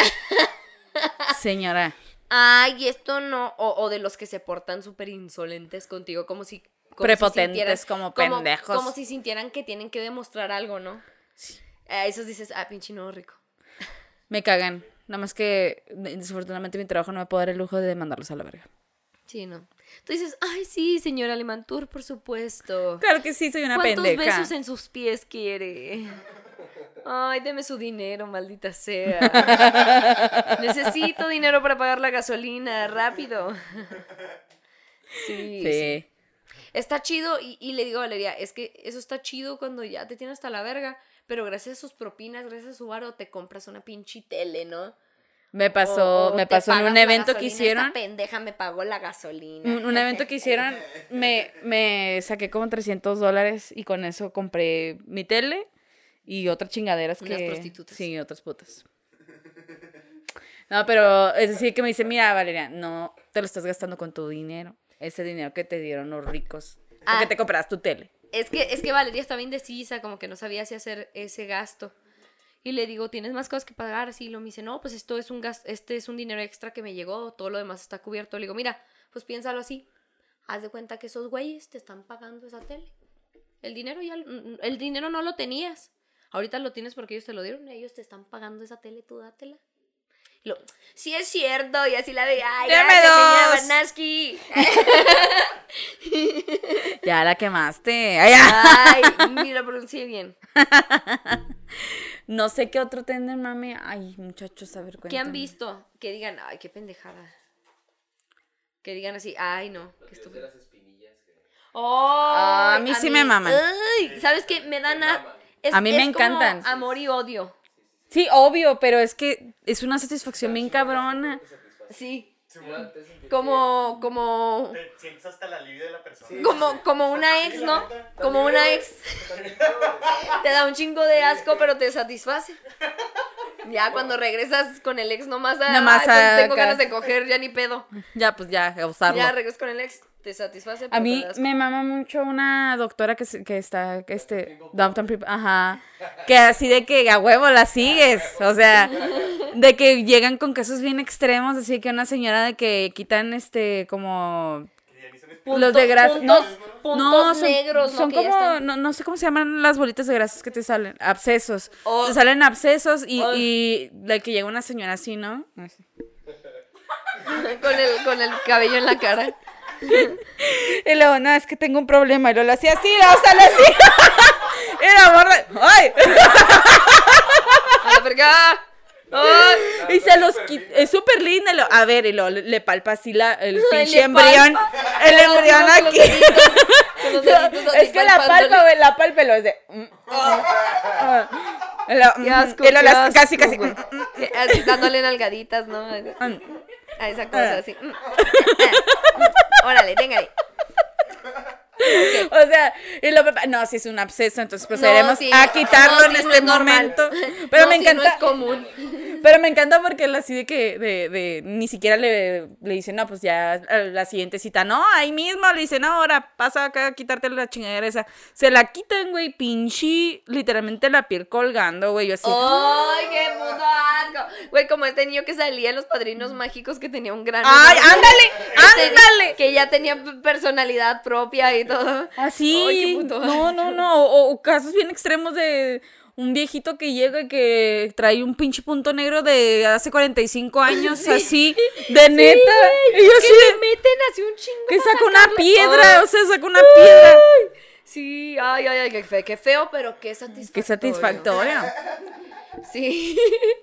Señora, ¡Ay, esto no! O, o de los que se portan súper insolentes contigo, como si... como si prepotentes, sintieran- como como- pendejos. Como si sintieran que tienen que demostrar algo, ¿no? A esos dices, ah, pinche nuevo rico. me cagan. Nada más que desafortunadamente mi trabajo no me puede dar el lujo de mandarlos a la verga. Sí, ¿no? Tú dices, ay, sí, señora Alimantur, por supuesto. Claro que sí, soy una ¿Cuántos pendeja. besos en sus pies quiere? Ay, deme su dinero, maldita sea. Necesito dinero para pagar la gasolina, rápido. Sí, sí. Sí. Está chido y, y le digo a Valeria, es que eso está chido cuando ya te tiene hasta la verga, pero gracias a sus propinas, gracias a su varo, te compras una pinche tele, ¿no? Me pasó, O- o me te pasó en pagas un la evento que gasolina, hicieron. Esta pendeja me pagó la gasolina. Un, un evento que hicieron, me, me saqué como trescientos dólares y con eso compré mi tele y otras chingaderas Unas que... prostitutas. Sí, otras putas. No, pero es decir que me dice, mira, Valeria, no te lo estás gastando con tu dinero. Ese dinero que te dieron los ricos. Ah. Porque te compras tu tele. Es que, es que Valeria estaba indecisa, como que no sabía si hacer ese gasto. Y le digo, ¿tienes más cosas que pagar? Así, y lo me dice, no, pues esto es un gas este es un dinero extra que me llegó, todo lo demás está cubierto. Le digo, mira, pues piénsalo así. Haz de cuenta que esos güeyes te están pagando esa tele. El dinero ya, el dinero no lo tenías. Ahorita lo tienes porque ellos te lo dieron, ellos te están pagando esa tele, tú dátela. Y lo, sí es cierto, y así la veía, ay, ¡Dame gracias, señora dos! Barnaski. Ya la quemaste. Ay, ya. Ay, mira, pronuncié bien. No sé qué otro tenden, mami. Ay, muchachos, a ver, cuéntame. ¿Qué han visto? Que digan, ay, qué pendejada. Que digan así, ay, no, qué Los videos de estúpido. las espinillas. que- Oh, Ah, a mí sí me maman. Ay, ¿sabes qué? Me dan a... maman. es- A mí me es como encantan. amor y odio. Sí, obvio, pero es que es una satisfacción bien cabrona. Sí. Mira, te sentí Como, como, Te sientes hasta el alivio de la persona. como, como una ex, ¿no? Como una ex. Te da un chingo de asco, pero te satisface. Ya cuando regresas con el ex nomás a... Nomás "Ay, pues a- tengo acá". ganas de coger, ya ni pedo. Ya, pues ya, a usarlo. Ya regresas con el ex, te satisface, pero A te mí da asco. me mama mucho una doctora que, se- que está, que este, Downtown Prep, ajá, que así de que a huevo la sigues, o sea, de que llegan con casos bien extremos, así que una señora de que quitan, este, como, los de grasa, no, puntos no, son, negros, ¿no? son Que ya como, están- no, no sé cómo se llaman las bolitas de grasas que te salen, abscesos, Oh. te salen abscesos y, Oh. y de que llega una señora así, ¿no? Así. con, el, con el cabello en la cara. Y luego, no, es que tengo un problema. Y luego lo hacía así, luego sale así. Y la morra, ¡ay! A la verga. Ay. Y se los quita. Es súper linda. y lo- A ver, y luego le, le palpa así la, el Ay, pinche le embrión. palpa. El Con los- embrión con los aquí. deditos, con los deditos así Es que la palpándole. palpa, güey, la palpa y lo es de. mm, mm, ah. Y luego, Qué mm, asco, y luego qué las- asco, casi, casi. güey. mm, mm, Que- así, dándole nalgaditas, ¿no? A mm. esa cosa así. Mm. Órale, téngale. O sea, y lo, no, si es un absceso, entonces procederemos sí, a quitarlo no, en sí, no este es normal. momento. Pero No, me sí, encanta. no es común. Pero me encanta porque él así de que de, de, ni siquiera le, le dice, no, pues ya a la siguiente cita, no, ahí mismo le dice, no, ahora pasa acá a quitarte la chingadera esa. Se la quitan, güey, pinche, literalmente la piel colgando, güey, yo así. ¡Ay, qué puto asco! Güey, como este niño que salía en Los Padrinos Mágicos que tenía un gran... ¡Ay, enorme- ándale! que- ¡Ándale! Que ya tenía p- personalidad propia y todo. Así. Ay, qué puto No, no, no. O, o casos bien extremos de un viejito que llega y que trae un pinche punto negro de hace cuarenta y cinco años, Sí. así, de neta. güey, y yo que así le de- meten así un chingo que para saca una sacarle. piedra, Ay, o sea, saca una piedra. sí, ay, ay, ay, qué feo, qué feo, pero qué satisfactorio. Qué satisfactorio. Sí.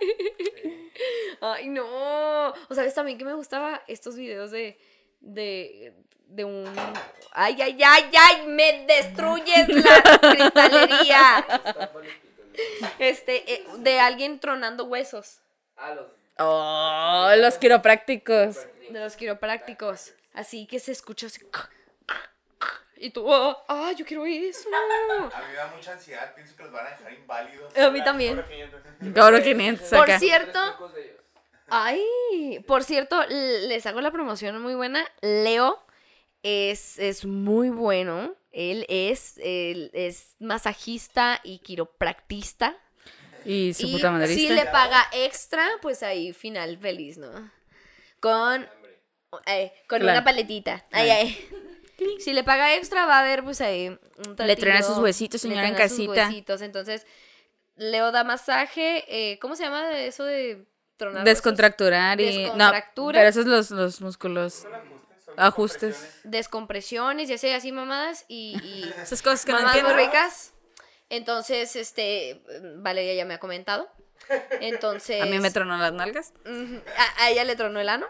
Ay, no. O sabes también que me gustaba estos videos de de de un ay, ay, ay, ay, me destruyes la cristalería. Este, eh, de alguien tronando huesos, Ah, los. Oh, los quiroprácticos. de los quiroprácticos. Así que se escucha así. Y tú, oh, ah, yo quiero eso. A mí me da mucha ansiedad, pienso que los van a dejar inválidos. A mí también. Oro quinientos Por acá. cierto, ay, por cierto, l- les hago la promoción muy buena. Leo es, es muy bueno. Él es, él es masajista y quiropractista. Y su Y puta si madrista. le paga extra, pues ahí final feliz, ¿no? Con, eh, con Claro. una paletita. Ay, ay. Si le paga extra, va a haber, pues ahí un Le truena tratillo, sus huesitos, le señora, en truena sus casita. huesitos. Entonces, Leo da masaje. Eh, ¿Cómo se llama eso de tronar huesos? Descontracturar y. Descontractura. No, pero esos los, los músculos. Ajustes. Descompresiones y así, así mamadas. Y, y Esas cosas que no mamadas muy entiendo. ricas. Entonces, este, Valeria ya me ha comentado. Entonces. A mí me tronó las nalgas. Ujú. A, a ella le tronó el ano.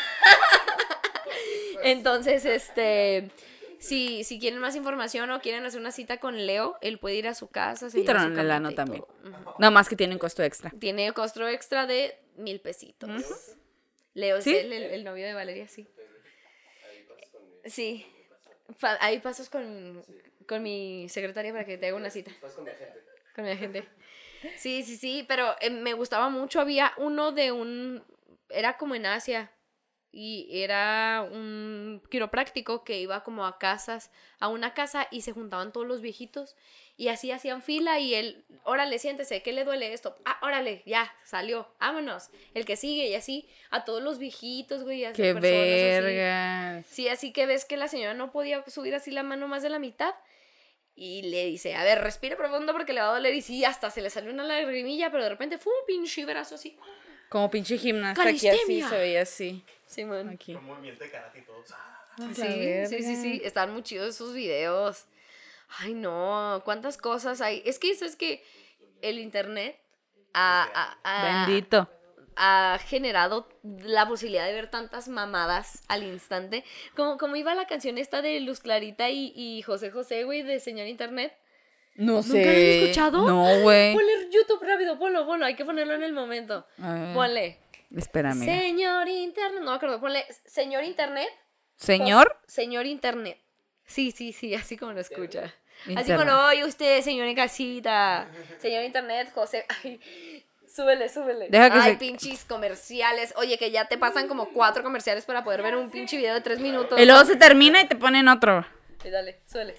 Entonces, este, si, si quieren más información o quieren hacer una cita con Leo, él puede ir a su casa. se Y lleva su tronó el camita ano y también. todo. Ujú. Nada más que tiene un costo extra. Tiene costo extra de mil pesitos. Leo es ¿Sí? el, el- el novio de Valeria, sí. Sí. Fa- Ahí pasas con, con mi secretaria para que te haga una cita. Con mi agente. Sí, sí, sí, pero eh, me gustaba mucho. Había uno de un... Era como en Asia. Y era un quiropráctico que iba como a casas, a una casa y se juntaban todos los viejitos. Y así hacían fila y él, órale, siéntese, ¿qué le duele esto? Ah, órale, ya, salió, vámonos. El que sigue y así, a todos los viejitos, güey. A ¡Qué personas así. vergas! Sí, así que ves que la señora no podía subir así la mano más de la mitad. Y le dice, a ver, respire profundo porque le va a doler. Y sí, hasta se le salió una lagrimilla, pero de repente fue un pinche brazo así. Como pinche gimnasta aquí así, Calistenia. se veía así. Sí, man. Aquí. Un movimiento de karate y todo. Sí, sí, sí, sí. Están muy chidos esos videos. Ay, no. ¿Cuántas cosas hay? Es que eso es que el internet ha, ha- ha- Bendito. ha generado la posibilidad de ver tantas mamadas al instante. Como, como iba la canción esta de Luz Clarita y, y José José, güey, de Señor Internet. No ¿Nunca sé. lo has escuchado? No, güey. Ponle YouTube rápido, ponlo, ponlo. Hay que ponerlo en el momento. A ver, Ponle. espérame. Señor Internet. No me acuerdo. Ponle Señor Internet. ¿Señor? Señor Internet. Sí, sí, sí, así como lo escucha. Así Internet. como lo oye usted, señor en casita. Señor Internet, José. Ay, súbele, súbele. Deja que Ay, se- pinches comerciales. Oye, que ya te pasan como cuatro comerciales para poder ver un pinche video de tres minutos. Y luego se termina y te ponen otro. Y dale, súbele.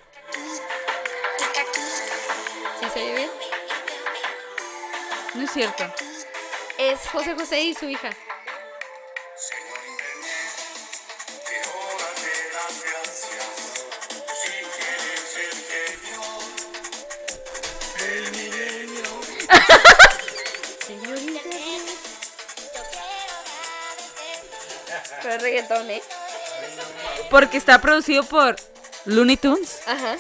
¿Sí se oye bien? No es cierto. Es José José y su hija. Señor Internet. Pero es reggaetón, ¿eh? Porque está producido por Looney Tunes. Ajá.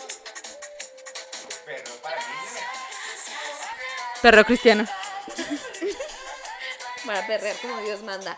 Pero para niños. Perro cristiano. Para perrear como Dios manda.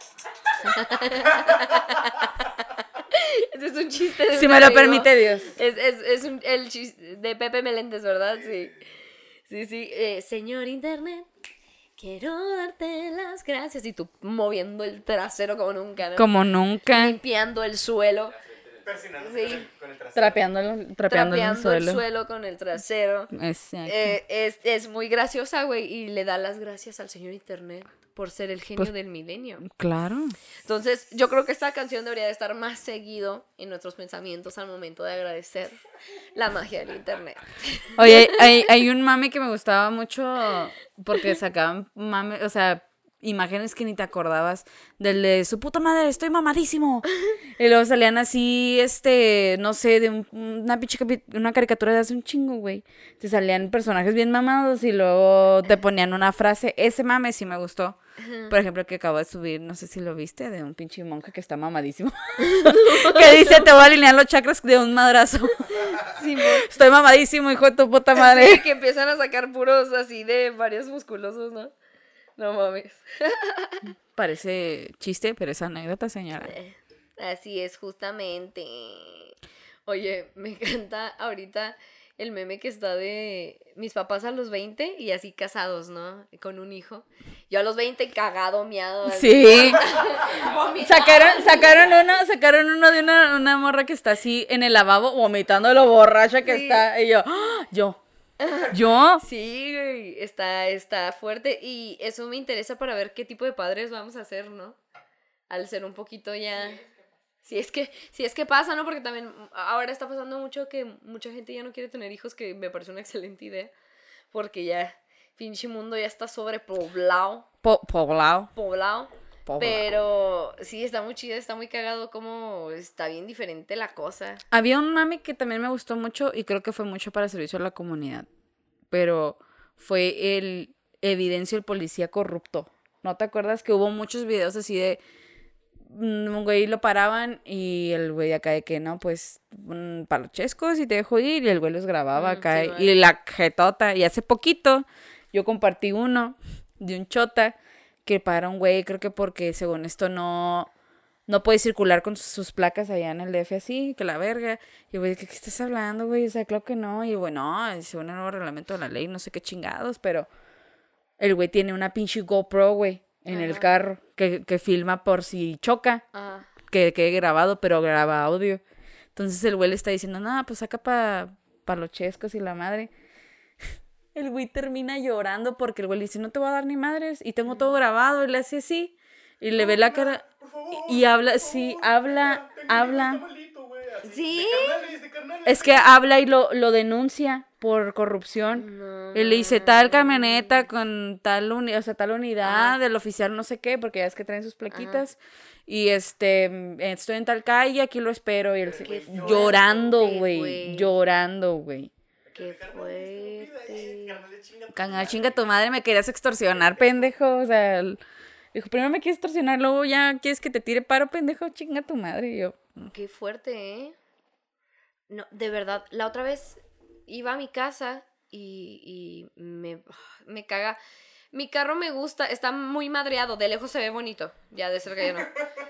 Ese es un chiste de Si un me lo amigo. permite Dios. Es, es, es un, el chiste de Pepe Meléndez, ¿verdad? Sí. Sí, sí. Eh, señor Internet, quiero darte las gracias. Y tú moviendo el trasero como nunca, ¿no? Como nunca. Limpiando el suelo. Persinándose Sí. con el- con el trasero. Trapeándolo, trapeando Trapeando en el suelo. el suelo con el trasero. Exacto. Eh, es, es muy graciosa, güey. Y le da las gracias al señor Internet por ser el genio Pues- del milenio. Claro. Entonces, yo creo que esta canción debería de estar más seguido en nuestros pensamientos al momento de agradecer la magia del internet. Oye, hay, hay un mame que me gustaba mucho porque sacaban mame, o sea, imágenes que ni te acordabas del de su puta madre, estoy mamadísimo. Y luego salían así, este, no sé, de un- una pinche capi- una caricatura de hace un chingo, güey. Te salían personajes bien mamados y luego te ponían una frase. Ese mame sí me gustó. Por ejemplo, el que acabo de subir, no sé si lo viste, de un pinche monje que está mamadísimo. Que dice, te voy a alinear los chakras de un madrazo. Estoy mamadísimo, hijo de tu puta madre. Sí, que empiezan a sacar puros así de varios musculosos, ¿no? No mames. Parece chiste, pero es anécdota, señora. Así es, justamente. Oye, me encanta ahorita el meme que está de mis papás a los veinte y así casados, ¿no? Con un hijo. Yo a los veinte cagado, miado. así. Sí. Vomitado. Sacaron, sacaron uno, sacaron uno de una, una morra que está así en el lavabo vomitando lo borracha que Sí. está. Y yo, ¡ah! yo, yo. Sí, güey, está, está fuerte y eso me interesa para ver qué tipo de padres vamos a ser, ¿no? Al ser un poquito ya... Si es que, si es que pasa, ¿no? Porque también ahora está pasando mucho que mucha gente ya no quiere tener hijos, que me parece una excelente idea. Porque ya, pinche mundo ya está sobrepoblado. Po- poblado. Poblado. Poblado. Pero sí, está muy chido, está muy cagado, como está bien diferente la cosa. Había un mame que también me gustó mucho y creo que fue mucho para servicio a la comunidad. Pero fue el Evidencio el policía corrupto. ¿No te acuerdas que hubo muchos videos así de un güey lo paraban y el güey acá de que no, pues mm, palochescos y te dejo ir y el güey los grababa Mm, acá sí, y vale. la jetota. Y hace poquito yo compartí uno de un chota que para un güey, creo que porque según esto no, no puede circular con sus, sus placas allá en el D F así, que la verga. Y el güey, ¿qué, qué estás hablando, güey? O sea, claro que no. Y el güey, no, según el nuevo reglamento de la ley, no sé qué chingados, pero el güey tiene una pinche GoPro, güey, en el Ajá. carro que, que filma por si choca, Ajá. que quede grabado, pero graba audio. Entonces el güey le está diciendo, no, pues saca pa, pa los chescos y la madre. El güey termina llorando porque el güey le dice, no te voy a dar ni madres, y tengo todo grabado, y le hace así, y le ve la cara, Por favor, y, y habla, por sí, favor, habla, tengo un hijo, habla. está malito, güey, así, ¿Sí? De carnales, de carnales. Es que habla y lo, lo denuncia por corrupción. No, Él le dice tal mames. camioneta con tal, uni- o sea, tal unidad Ajá. del oficial no sé qué, porque ya es que traen sus plaquitas. Y este, mm, estoy en tal calle, aquí lo espero. Y él se- Qué fuerte, llorando, güey. güey. Llorando, güey. Qué Carnales, estúpida, fuerte. eh, carnales, chinga tu Canal, madre. chinga tu madre, me querías extorsionar, pendejo. O sea, el- dijo, primero me quieres extorsionar, luego ya quieres que te tire paro, pendejo, chinga tu madre. Y yo, Qué fuerte, ¿eh? No, de verdad, la otra vez iba a mi casa y, y me, me caga. Mi carro me gusta, está muy madreado, de lejos se ve bonito, ya de cerca ya no.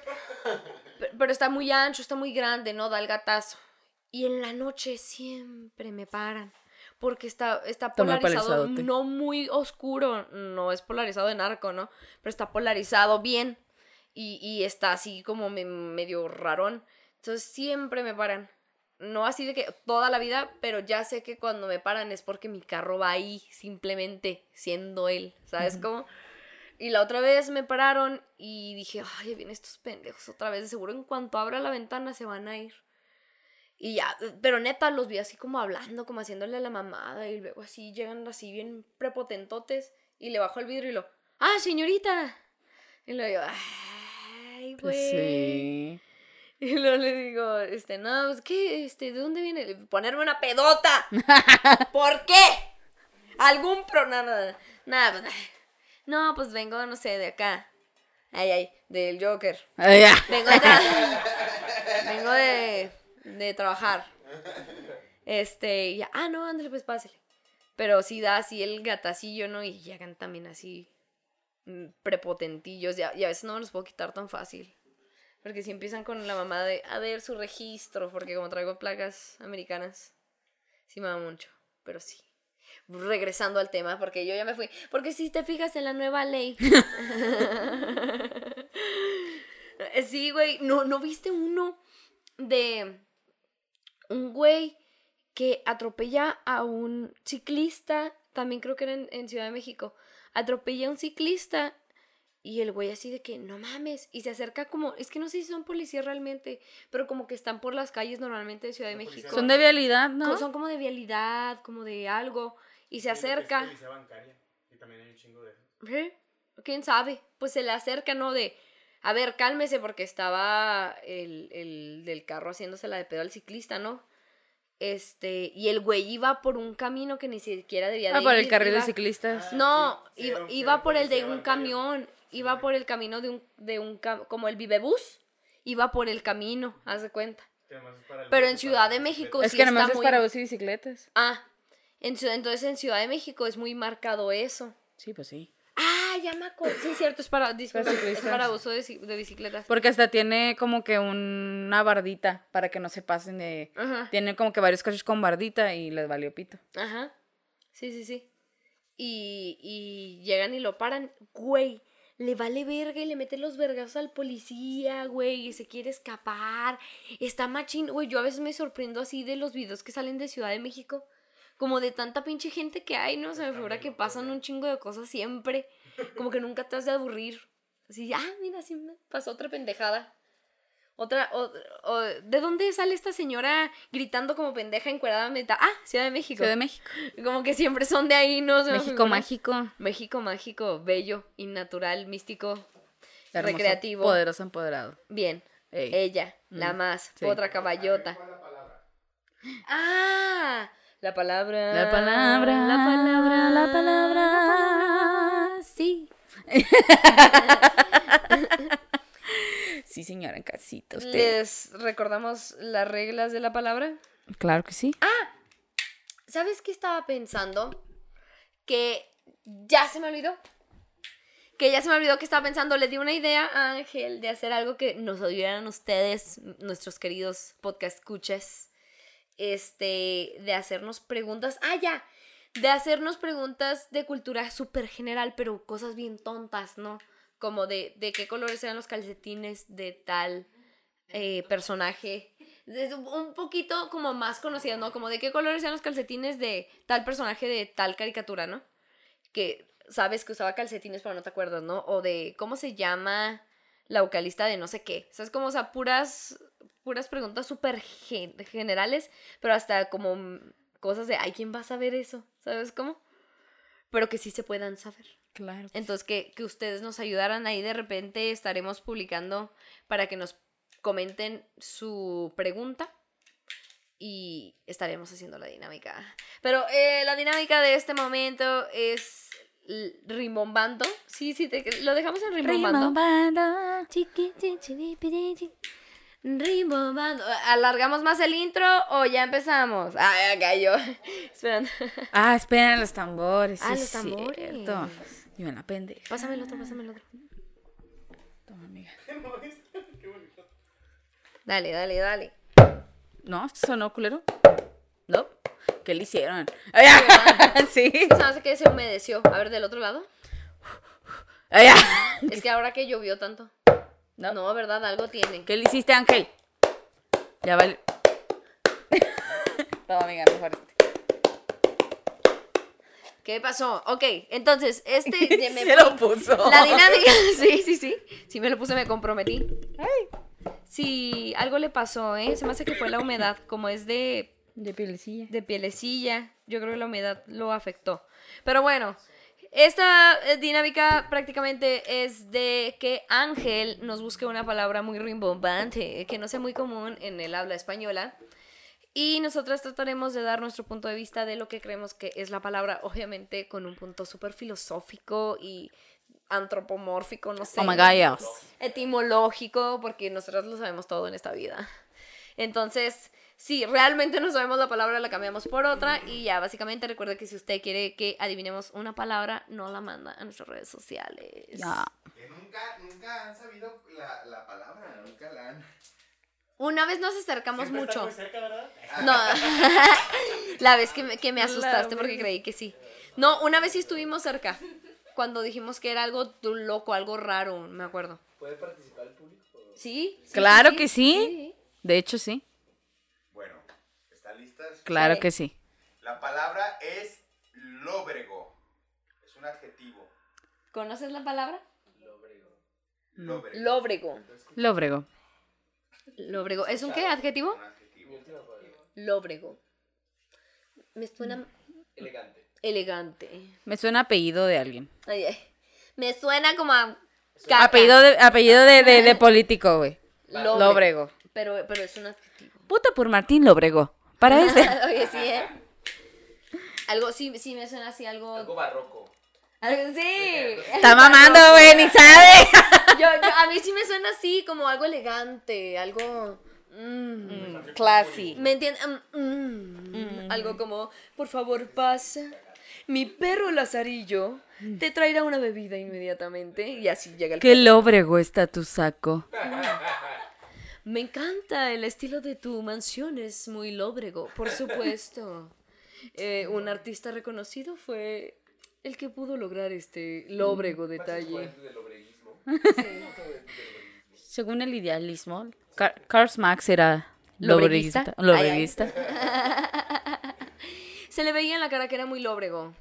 Pero, pero está muy ancho, está muy grande, ¿no? Da el gatazo. Y en la noche siempre me paran. Porque está, está Está muy polarizado, polarizadote. no muy oscuro, no es polarizado de narco, ¿no? Pero está polarizado bien. Y, y está así como me- medio rarón. Entonces siempre me paran. No así de que toda la vida, pero ya sé que cuando me paran es porque mi carro va ahí, simplemente siendo él, ¿sabes cómo? Y la otra vez me pararon y dije, ay, ya vienen estos pendejos otra vez, de seguro en cuanto abra la ventana se van a ir. Y ya, pero neta, los vi así como hablando, como haciéndole a la mamada, y luego así llegan así bien prepotentotes, y le bajo el vidrio y lo, ¡ah, señorita! Y luego yo, ¡ay, pues güey! sí. Y luego le digo, este, no, pues, ¿qué? Este, ¿de dónde viene? Le- Ponerme una pedota. ¿Por qué? ¿Algún pro? No, no, no. Nada, pues, no, pues vengo, no sé, de acá. Ay, ay, del Joker. Ay, ya. Vengo de tra- Vengo de, de trabajar. Este, y ya, ah, no, ándale, pues pásele. Pero sí da así el gatacillo, ¿no? Y llegan también así mm, prepotentillos. Y a, y a veces no me los puedo quitar tan fácil. Porque si empiezan con la mamá de, a ver, su registro, porque como traigo placas americanas, sí me da mucho, pero sí. Regresando al tema, porque yo ya me fui. Porque si te fijas en la nueva ley. Sí, güey, ¿no, ¿no viste uno de un güey que atropella a un ciclista? También creo que era en, en Ciudad de México. Atropella a un ciclista. Y el güey así de que, no mames, y se acerca como, es que no sé si son policías realmente, pero como que están por las calles normalmente de Ciudad de Son México. policías. Son de vialidad, ¿no? Co- Son como de vialidad, como de algo, y se Siento que es acerca. policía bancaria, y también hay un chingo de esos. ¿Eh? ¿Quién sabe? Pues se le acerca, ¿no? De, a ver, cálmese, porque estaba el, el del carro haciéndose la de pedo al ciclista, ¿no? Este, y el güey iba por un camino que ni siquiera debía de Ah, ir. por el carril de iba- ciclistas. No, Sí, sí, iba, era un- iba era por el de policía un bancario. camión, Sí, iba güey. por el camino de un, de un, cam- como el Vivebus, iba por el camino, haz de cuenta. Que además es para el Pero bus en y Ciudad para de la México bicicleta. Es sí que está nomás es muy- para bus y bicicletas. Ah, en Ciudad- entonces en Ciudad de México es muy marcado eso. Sí, pues sí. Ah, ya me acuerdo. Sí, cierto, es para, disculpa, es ciclistas. para uso de, ci- de bicicletas. Porque hasta tiene como que un- una bardita para que no se pasen de... Ajá. Tiene como que varios coches con bardita y les valió pito. Ajá. Sí, sí, sí. Y, y llegan y lo paran. Güey, le vale verga y le mete los vergazos al policía, güey, y se quiere escapar. Está machín. Güey, yo a veces me sorprendo así de los videos que salen de Ciudad de México. Como de tanta pinche gente que hay, ¿no? Se me figura que pasan un chingo de cosas siempre. Como que nunca te has de aburrir. Así, ah, mira, sí me pasó otra pendejada. Otra, o, o- ¿de dónde sale esta señora gritando como pendeja encuerada? Meta? Ah, Ciudad de México. Ciudad de México. Como que siempre son de ahí, ¿no? Se me México figura. mágico. México mágico, bello, innatural, místico, Hermoso, recreativo. Poderoso, empoderado. Bien. Ey. Ella, la Mm, más, sí. otra caballota. ¿Cuál es la palabra? Ah, la palabra. La palabra. La palabra. La palabra. Sí. Sí, señora, en casita, usted. ¿Les recordamos las reglas de la palabra? Claro que sí. ¿Sabes qué estaba pensando? Que ya se me olvidó. Que ya se me olvidó que estaba pensando. Le di una idea a Ángel de hacer algo que nos ayudaran ustedes, nuestros queridos podcast escuchas. Este, de hacernos preguntas. Ah, ya. De hacernos preguntas de cultura súper general, pero cosas bien tontas, ¿no? Como de, de qué colores eran los calcetines de tal eh, personaje. Es un poquito como más conocido, ¿no? Como de qué colores eran los calcetines de tal personaje de tal caricatura, ¿no? Que sabes que usaba calcetines pero no te acuerdas, ¿no? O de cómo se llama la vocalista de no sé qué. O sea, es como, o sea, puras, puras preguntas súper gen- generales, pero hasta como cosas de, ay, ¿quién va a saber eso? ¿Sabes cómo? Pero que sí se puedan saber. Claro. Entonces, que, que ustedes nos ayudaran ahí, de repente estaremos publicando para que nos comenten su pregunta y estaremos haciendo la dinámica. Pero eh, la dinámica de este momento es l- rimbombando. Sí, sí, te- lo dejamos en rimbombando. Rimbombando. Chiqui, chi, chiri, piri, chi. Rimbombando. ¿Alargamos más el intro o ya empezamos? Ah, acá yo. Esperando. Ah, esperen los tambores. Ah, sí, los tambores. cierto. Y me la pendeja. Pásame el otro, pásame el otro. Toma, amiga. ¿No viste? Qué bonito. Dale, dale, dale. ¿No? ¿Sonó culero? ¿No? ¿Qué le hicieron? Sí. Se me hace que se humedeció. A ver, del otro lado. Ay, ya. Es que ahora que llovió tanto. ¿No? No, ¿verdad? Algo tiene. ¿Qué le hiciste, Ángel? Ya vale. Toma, amiga, mejor este. ¿Qué pasó? Ok, entonces, este... de- me Se fui- lo puso. La dinámica... Sí, sí, sí. Si me lo puse, me comprometí. Sí, algo le pasó, ¿eh? Se me hace que fue la humedad. Como es de, De pielecilla. de pielecilla, yo creo que la humedad lo afectó. Pero bueno, esta eh, dinámica prácticamente es de que Ángel nos busque una palabra muy rimbombante, que no sea muy común en el habla española. Y nosotras trataremos de dar nuestro punto de vista de lo que creemos que es la palabra, obviamente con un punto súper filosófico y antropomórfico, no sé. Oh my God, yes. Etimológico, porque nosotros lo sabemos todo en esta vida. Entonces, si realmente no sabemos la palabra, la cambiamos por otra. Y ya, básicamente recuerde que si usted quiere que adivinemos una palabra, no la manda a nuestras redes sociales. Ya. Que nunca, nunca han sabido la, la palabra, nunca la han. Una vez nos acercamos Siempre está mucho. muy cerca, ¿verdad? No, la vez que me, que me asustaste La porque vez. creí que sí. No, una vez sí estuvimos cerca. Cuando dijimos que era algo tu- loco, algo raro, me acuerdo. ¿Puede participar el público? ¿Sí? sí, Claro sí, que sí. sí. De hecho, sí. Bueno, ¿están listas? Claro Sí. que sí. La palabra es lóbrego. Es un adjetivo. ¿Conoces la palabra? Lóbrego. Lóbrego. Lóbrego. Lóbrego. Lóbrego. ¿Es un qué adjetivo? Un adjetivo. Mi última palabra. Lóbrego. Me suena Elegante. elegante. Me suena apellido de alguien. Ay, ay. Me suena como a caca. Apellido de, apellido de, de, de político, güey. Lóbrego. Lóbrego. Pero, pero es un adjetivo. Puta por Martín Lóbrego. Para ese. Oye, sí, ¿eh? Algo, sí, sí me suena así, algo... Algo barroco. algo- sí. Está mamando, güey, ni sabe. Yo, yo, a mí sí me suena así, como algo elegante, algo... mm, Classy. ¿Me entiendes? Mm, mm, Algo como, por favor, pasa. Mi perro Lazarillo te traerá una bebida inmediatamente. Y así llega el Qué lóbrego está tu saco. Me encanta el estilo de tu mansión, es muy lóbrego, por supuesto. Eh, un artista reconocido fue el que pudo lograr este lóbrego detalle. Del obreguismo. Según el idealismo, Car- Karl Marx era ¿Lobreguista? lobreguista. Lobreguista. Se le veía en la cara que era muy lóbrego.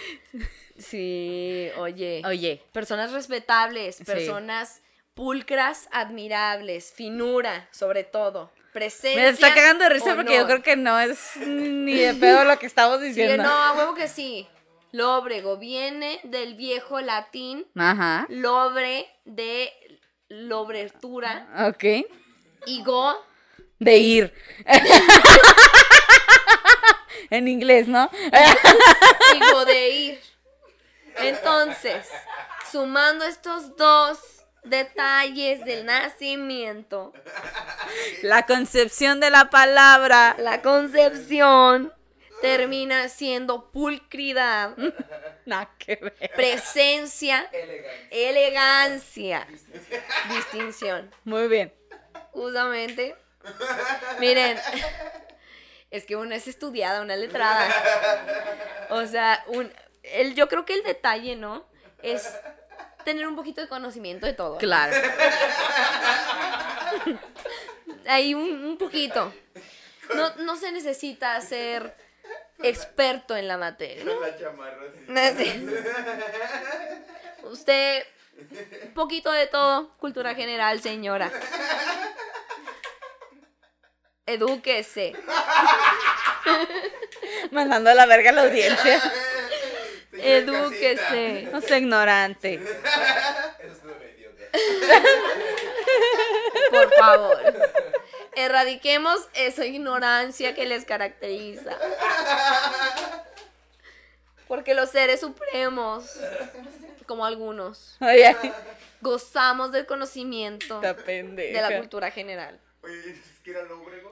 Sí, oye. Oye, Personas respetables, personas pulcras, admirables, finura, sobre todo. Presencia. me está cagando de risa porque yo honor. creo que no es ni de pedo lo que estamos Sí, diciendo. no, a huevo que sí. Lóbrego viene del viejo latín Ajá, lobre de lobretura ok. y go De ir. En inglés, ¿no? y go de ir. Entonces, sumando estos dos detalles del nacimiento, La concepción de la palabra. la concepción termina siendo pulcridad, Nada que ver. presencia, Elegancia. elegancia, distinción. Muy bien. Justamente. Miren, es que una es estudiada, una letrada. O sea, un, el, yo creo que el detalle, ¿no? Es tener un poquito de conocimiento de todo. Claro. Hay un, un poquito. No, no se necesita ser experto en la materia, ¿no? La chamarra así. Usted, un poquito de todo, cultura general, señora. Edúquese. Mandando a la verga a la audiencia. Edúquese. No sea ignorante. Eres una idiota. Por favor. Erradiquemos esa ignorancia que les caracteriza. Porque los seres supremos, como algunos, Oye, gozamos del conocimiento esta de pendeja. la cultura general. Oye, ¿dices que era lóbrego?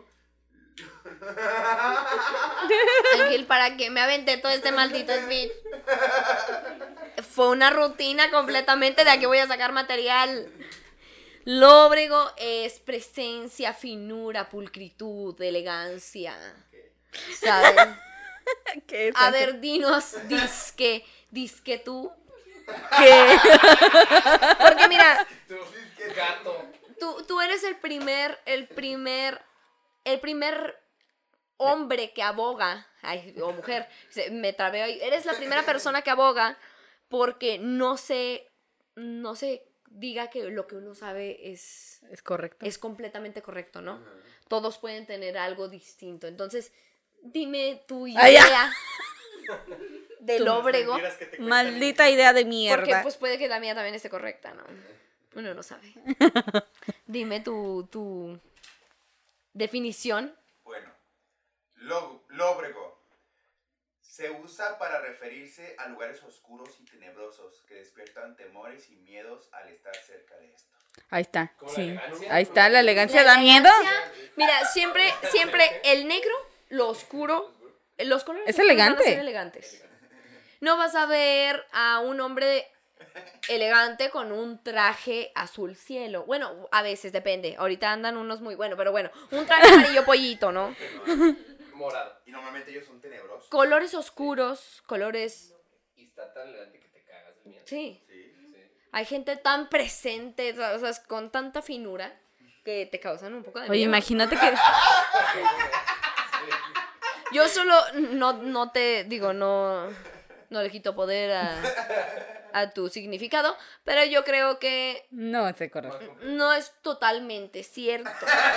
Ángel, ¿para qué me aventé todo este maldito speech? Fue una rutina completamente de aquí voy a sacar material. Lóbrego es presencia, finura, pulcritud, elegancia. ¿Saben? ¿Qué es A eso? ver, dinos, disque, disque tú. ¿Qué? Porque mira, Qué gato. tú, tú eres el primer, el primer, el primer hombre que aboga, ay, o mujer, se- me trabé ahí, eres la primera persona que aboga porque no se, no se diga que lo que uno sabe es, Es correcto. es completamente correcto, ¿no? Todos pueden tener algo distinto. Entonces, dime tu Ah, ya. idea del lóbrego, Mentiras que te cuentan. Maldita idea de porque mierda. pues puede que la mía también esté correcta, ¿no? Uno no sabe. Dime tu, tu definición. Bueno, lo- lóbrego se usa para referirse a lugares oscuros y tenebrosos que despiertan temores y miedos al estar cerca de esto. Ahí está. Como la Sí. elegancia. Ahí está, la elegancia La da miedo. elegancia, mira, siempre, siempre el negro, lo oscuro, los colores Es oscuros van a elegante. ser elegantes. No vas a ver a un hombre elegante con un traje azul cielo. Bueno, a veces depende. Ahorita andan unos muy bueno, pero bueno, un traje amarillo pollito, ¿no? Morado. Y normalmente ellos son tenebrosos. Colores oscuros, colores, Y está tan elegante que te cagas de miedo. sí. Sí. Sí. Hay gente tan presente, o sea, con tanta finura que te causan un poco de Oye, miedo. imagínate que. Yo solo no, no te digo, no, no le quito poder a, a tu significado, pero yo creo que No, es correcto. no es totalmente cierto.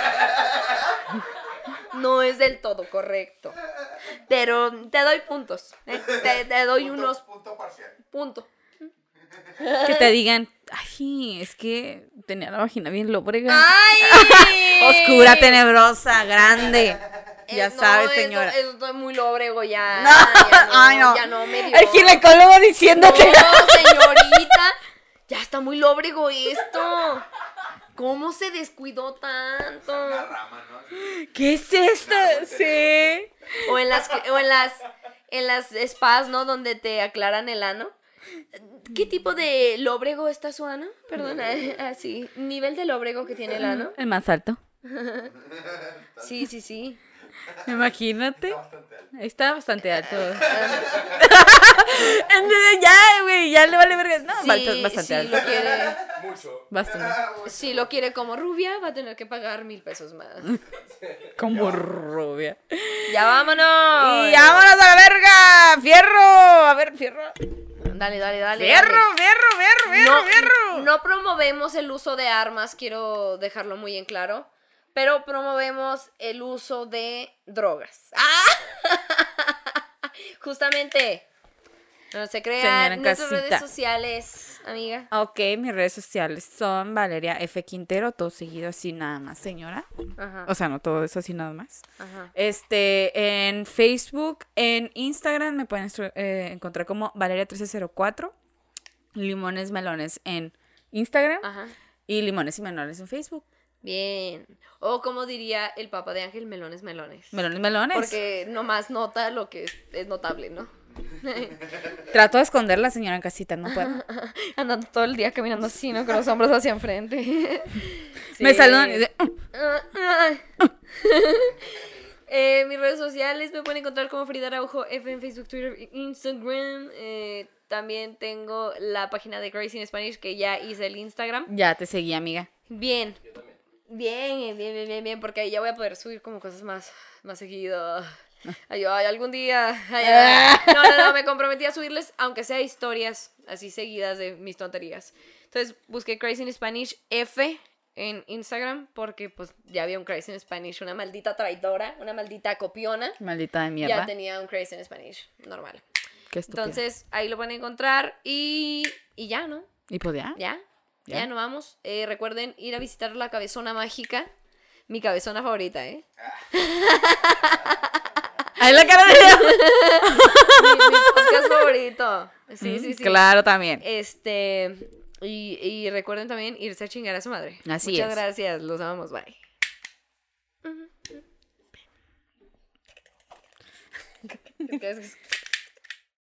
No es del todo correcto. Pero te doy puntos. ¿eh? Te, te doy Punto- unos punto parcial. puntos. Que te digan, ay, es que tenía la vagina bien lóbrega. ¡Ay! Oscura, tenebrosa, grande. Eh, Ya no, sabes, eso- señora. Eso estoy muy lóbrego ya. No, ya no, ay, no. Ya no me dio. El ginecólogo diciéndote. No, señorita. Ya está muy lóbrego esto. ¿Cómo se descuidó tanto? Una rama, ¿no? Así. ¿Qué es esto? Sí. O en las, o en las, en las spas, ¿no? Donde te aclaran el ano. ¿Qué tipo de lóbrego está su ano? Perdona, así. Nivel de lóbrego que tiene el ano. El más alto. Sí, sí, sí. Imagínate. Está bastante alto. Está bastante alto. Ya, güey, ya le vale verga. No, Sí, bastante, bastante sí, alto. lo quiere. Mucho. Bastante. Si lo quiere como rubia, va a tener que pagar mil pesos más. Como rubia. ¡Ya vámonos! ¡Y vámonos a la verga! ¡Fierro! A ver, fierro. Dale, dale, dale. ¡Fierro, dale. fierro, fierro, fierro, No, fierro! no promovemos el uso de armas, quiero dejarlo muy en claro. Pero promovemos el uso de drogas. ¡Ah! Justamente. No se Señora crean en nuestras casita. redes sociales, amiga. Ok, mis redes sociales son Valeria F. Quintero, todo seguido así nada más, señora. Ajá. O sea, no todo eso así nada más. Ajá. Este, en Facebook, en Instagram me pueden eh, encontrar como Valeria trece cero cuatro, Limones Melones en Instagram Ajá. y Limones y Melones en Facebook. Bien. O como diría el papá de Ángel, melones, melones. Melones Melones. Porque nomás nota lo que es, es notable, ¿no? Trato de esconderla, señora en casita, no puedo. Andando todo el día caminando así, ¿no? Con los hombros hacia enfrente. Me Sí. saludan y de- Eh, mis redes sociales me pueden encontrar como Frida Araujo F en Facebook, Twitter e Instagram. Eh, también tengo la página de Crazy in Spanish que ya hice el Instagram. Ya te seguí, amiga. Bien. Bien, bien, bien, bien, bien, porque ahí ya voy a poder subir como cosas más, más seguido. Ay, ay, algún día. Ay, ay. No, no, no, me comprometí a subirles, aunque sea historias así seguidas de mis tonterías. Entonces busqué Crazy in Spanish F en Instagram, porque pues ya había un Crazy in Spanish, una maldita traidora, una maldita copiona. Maldita de mierda. Ya tenía un Crazy in Spanish normal. Qué estúpida. Entonces ahí lo van a encontrar y, y ya, ¿no? ¿Y pues ya? Ya, ya, Ya. nos vamos. Eh, recuerden ir a visitar la Cabezona Mágica. Mi cabezona favorita, ¿eh? ¡Ahí la cara de mi, mi podcast favorito. Sí, sí, sí. Claro, también. Este. Y, y recuerden también irse a chingar a su madre. Así Muchas es. gracias. Los amamos. Bye. Es que es-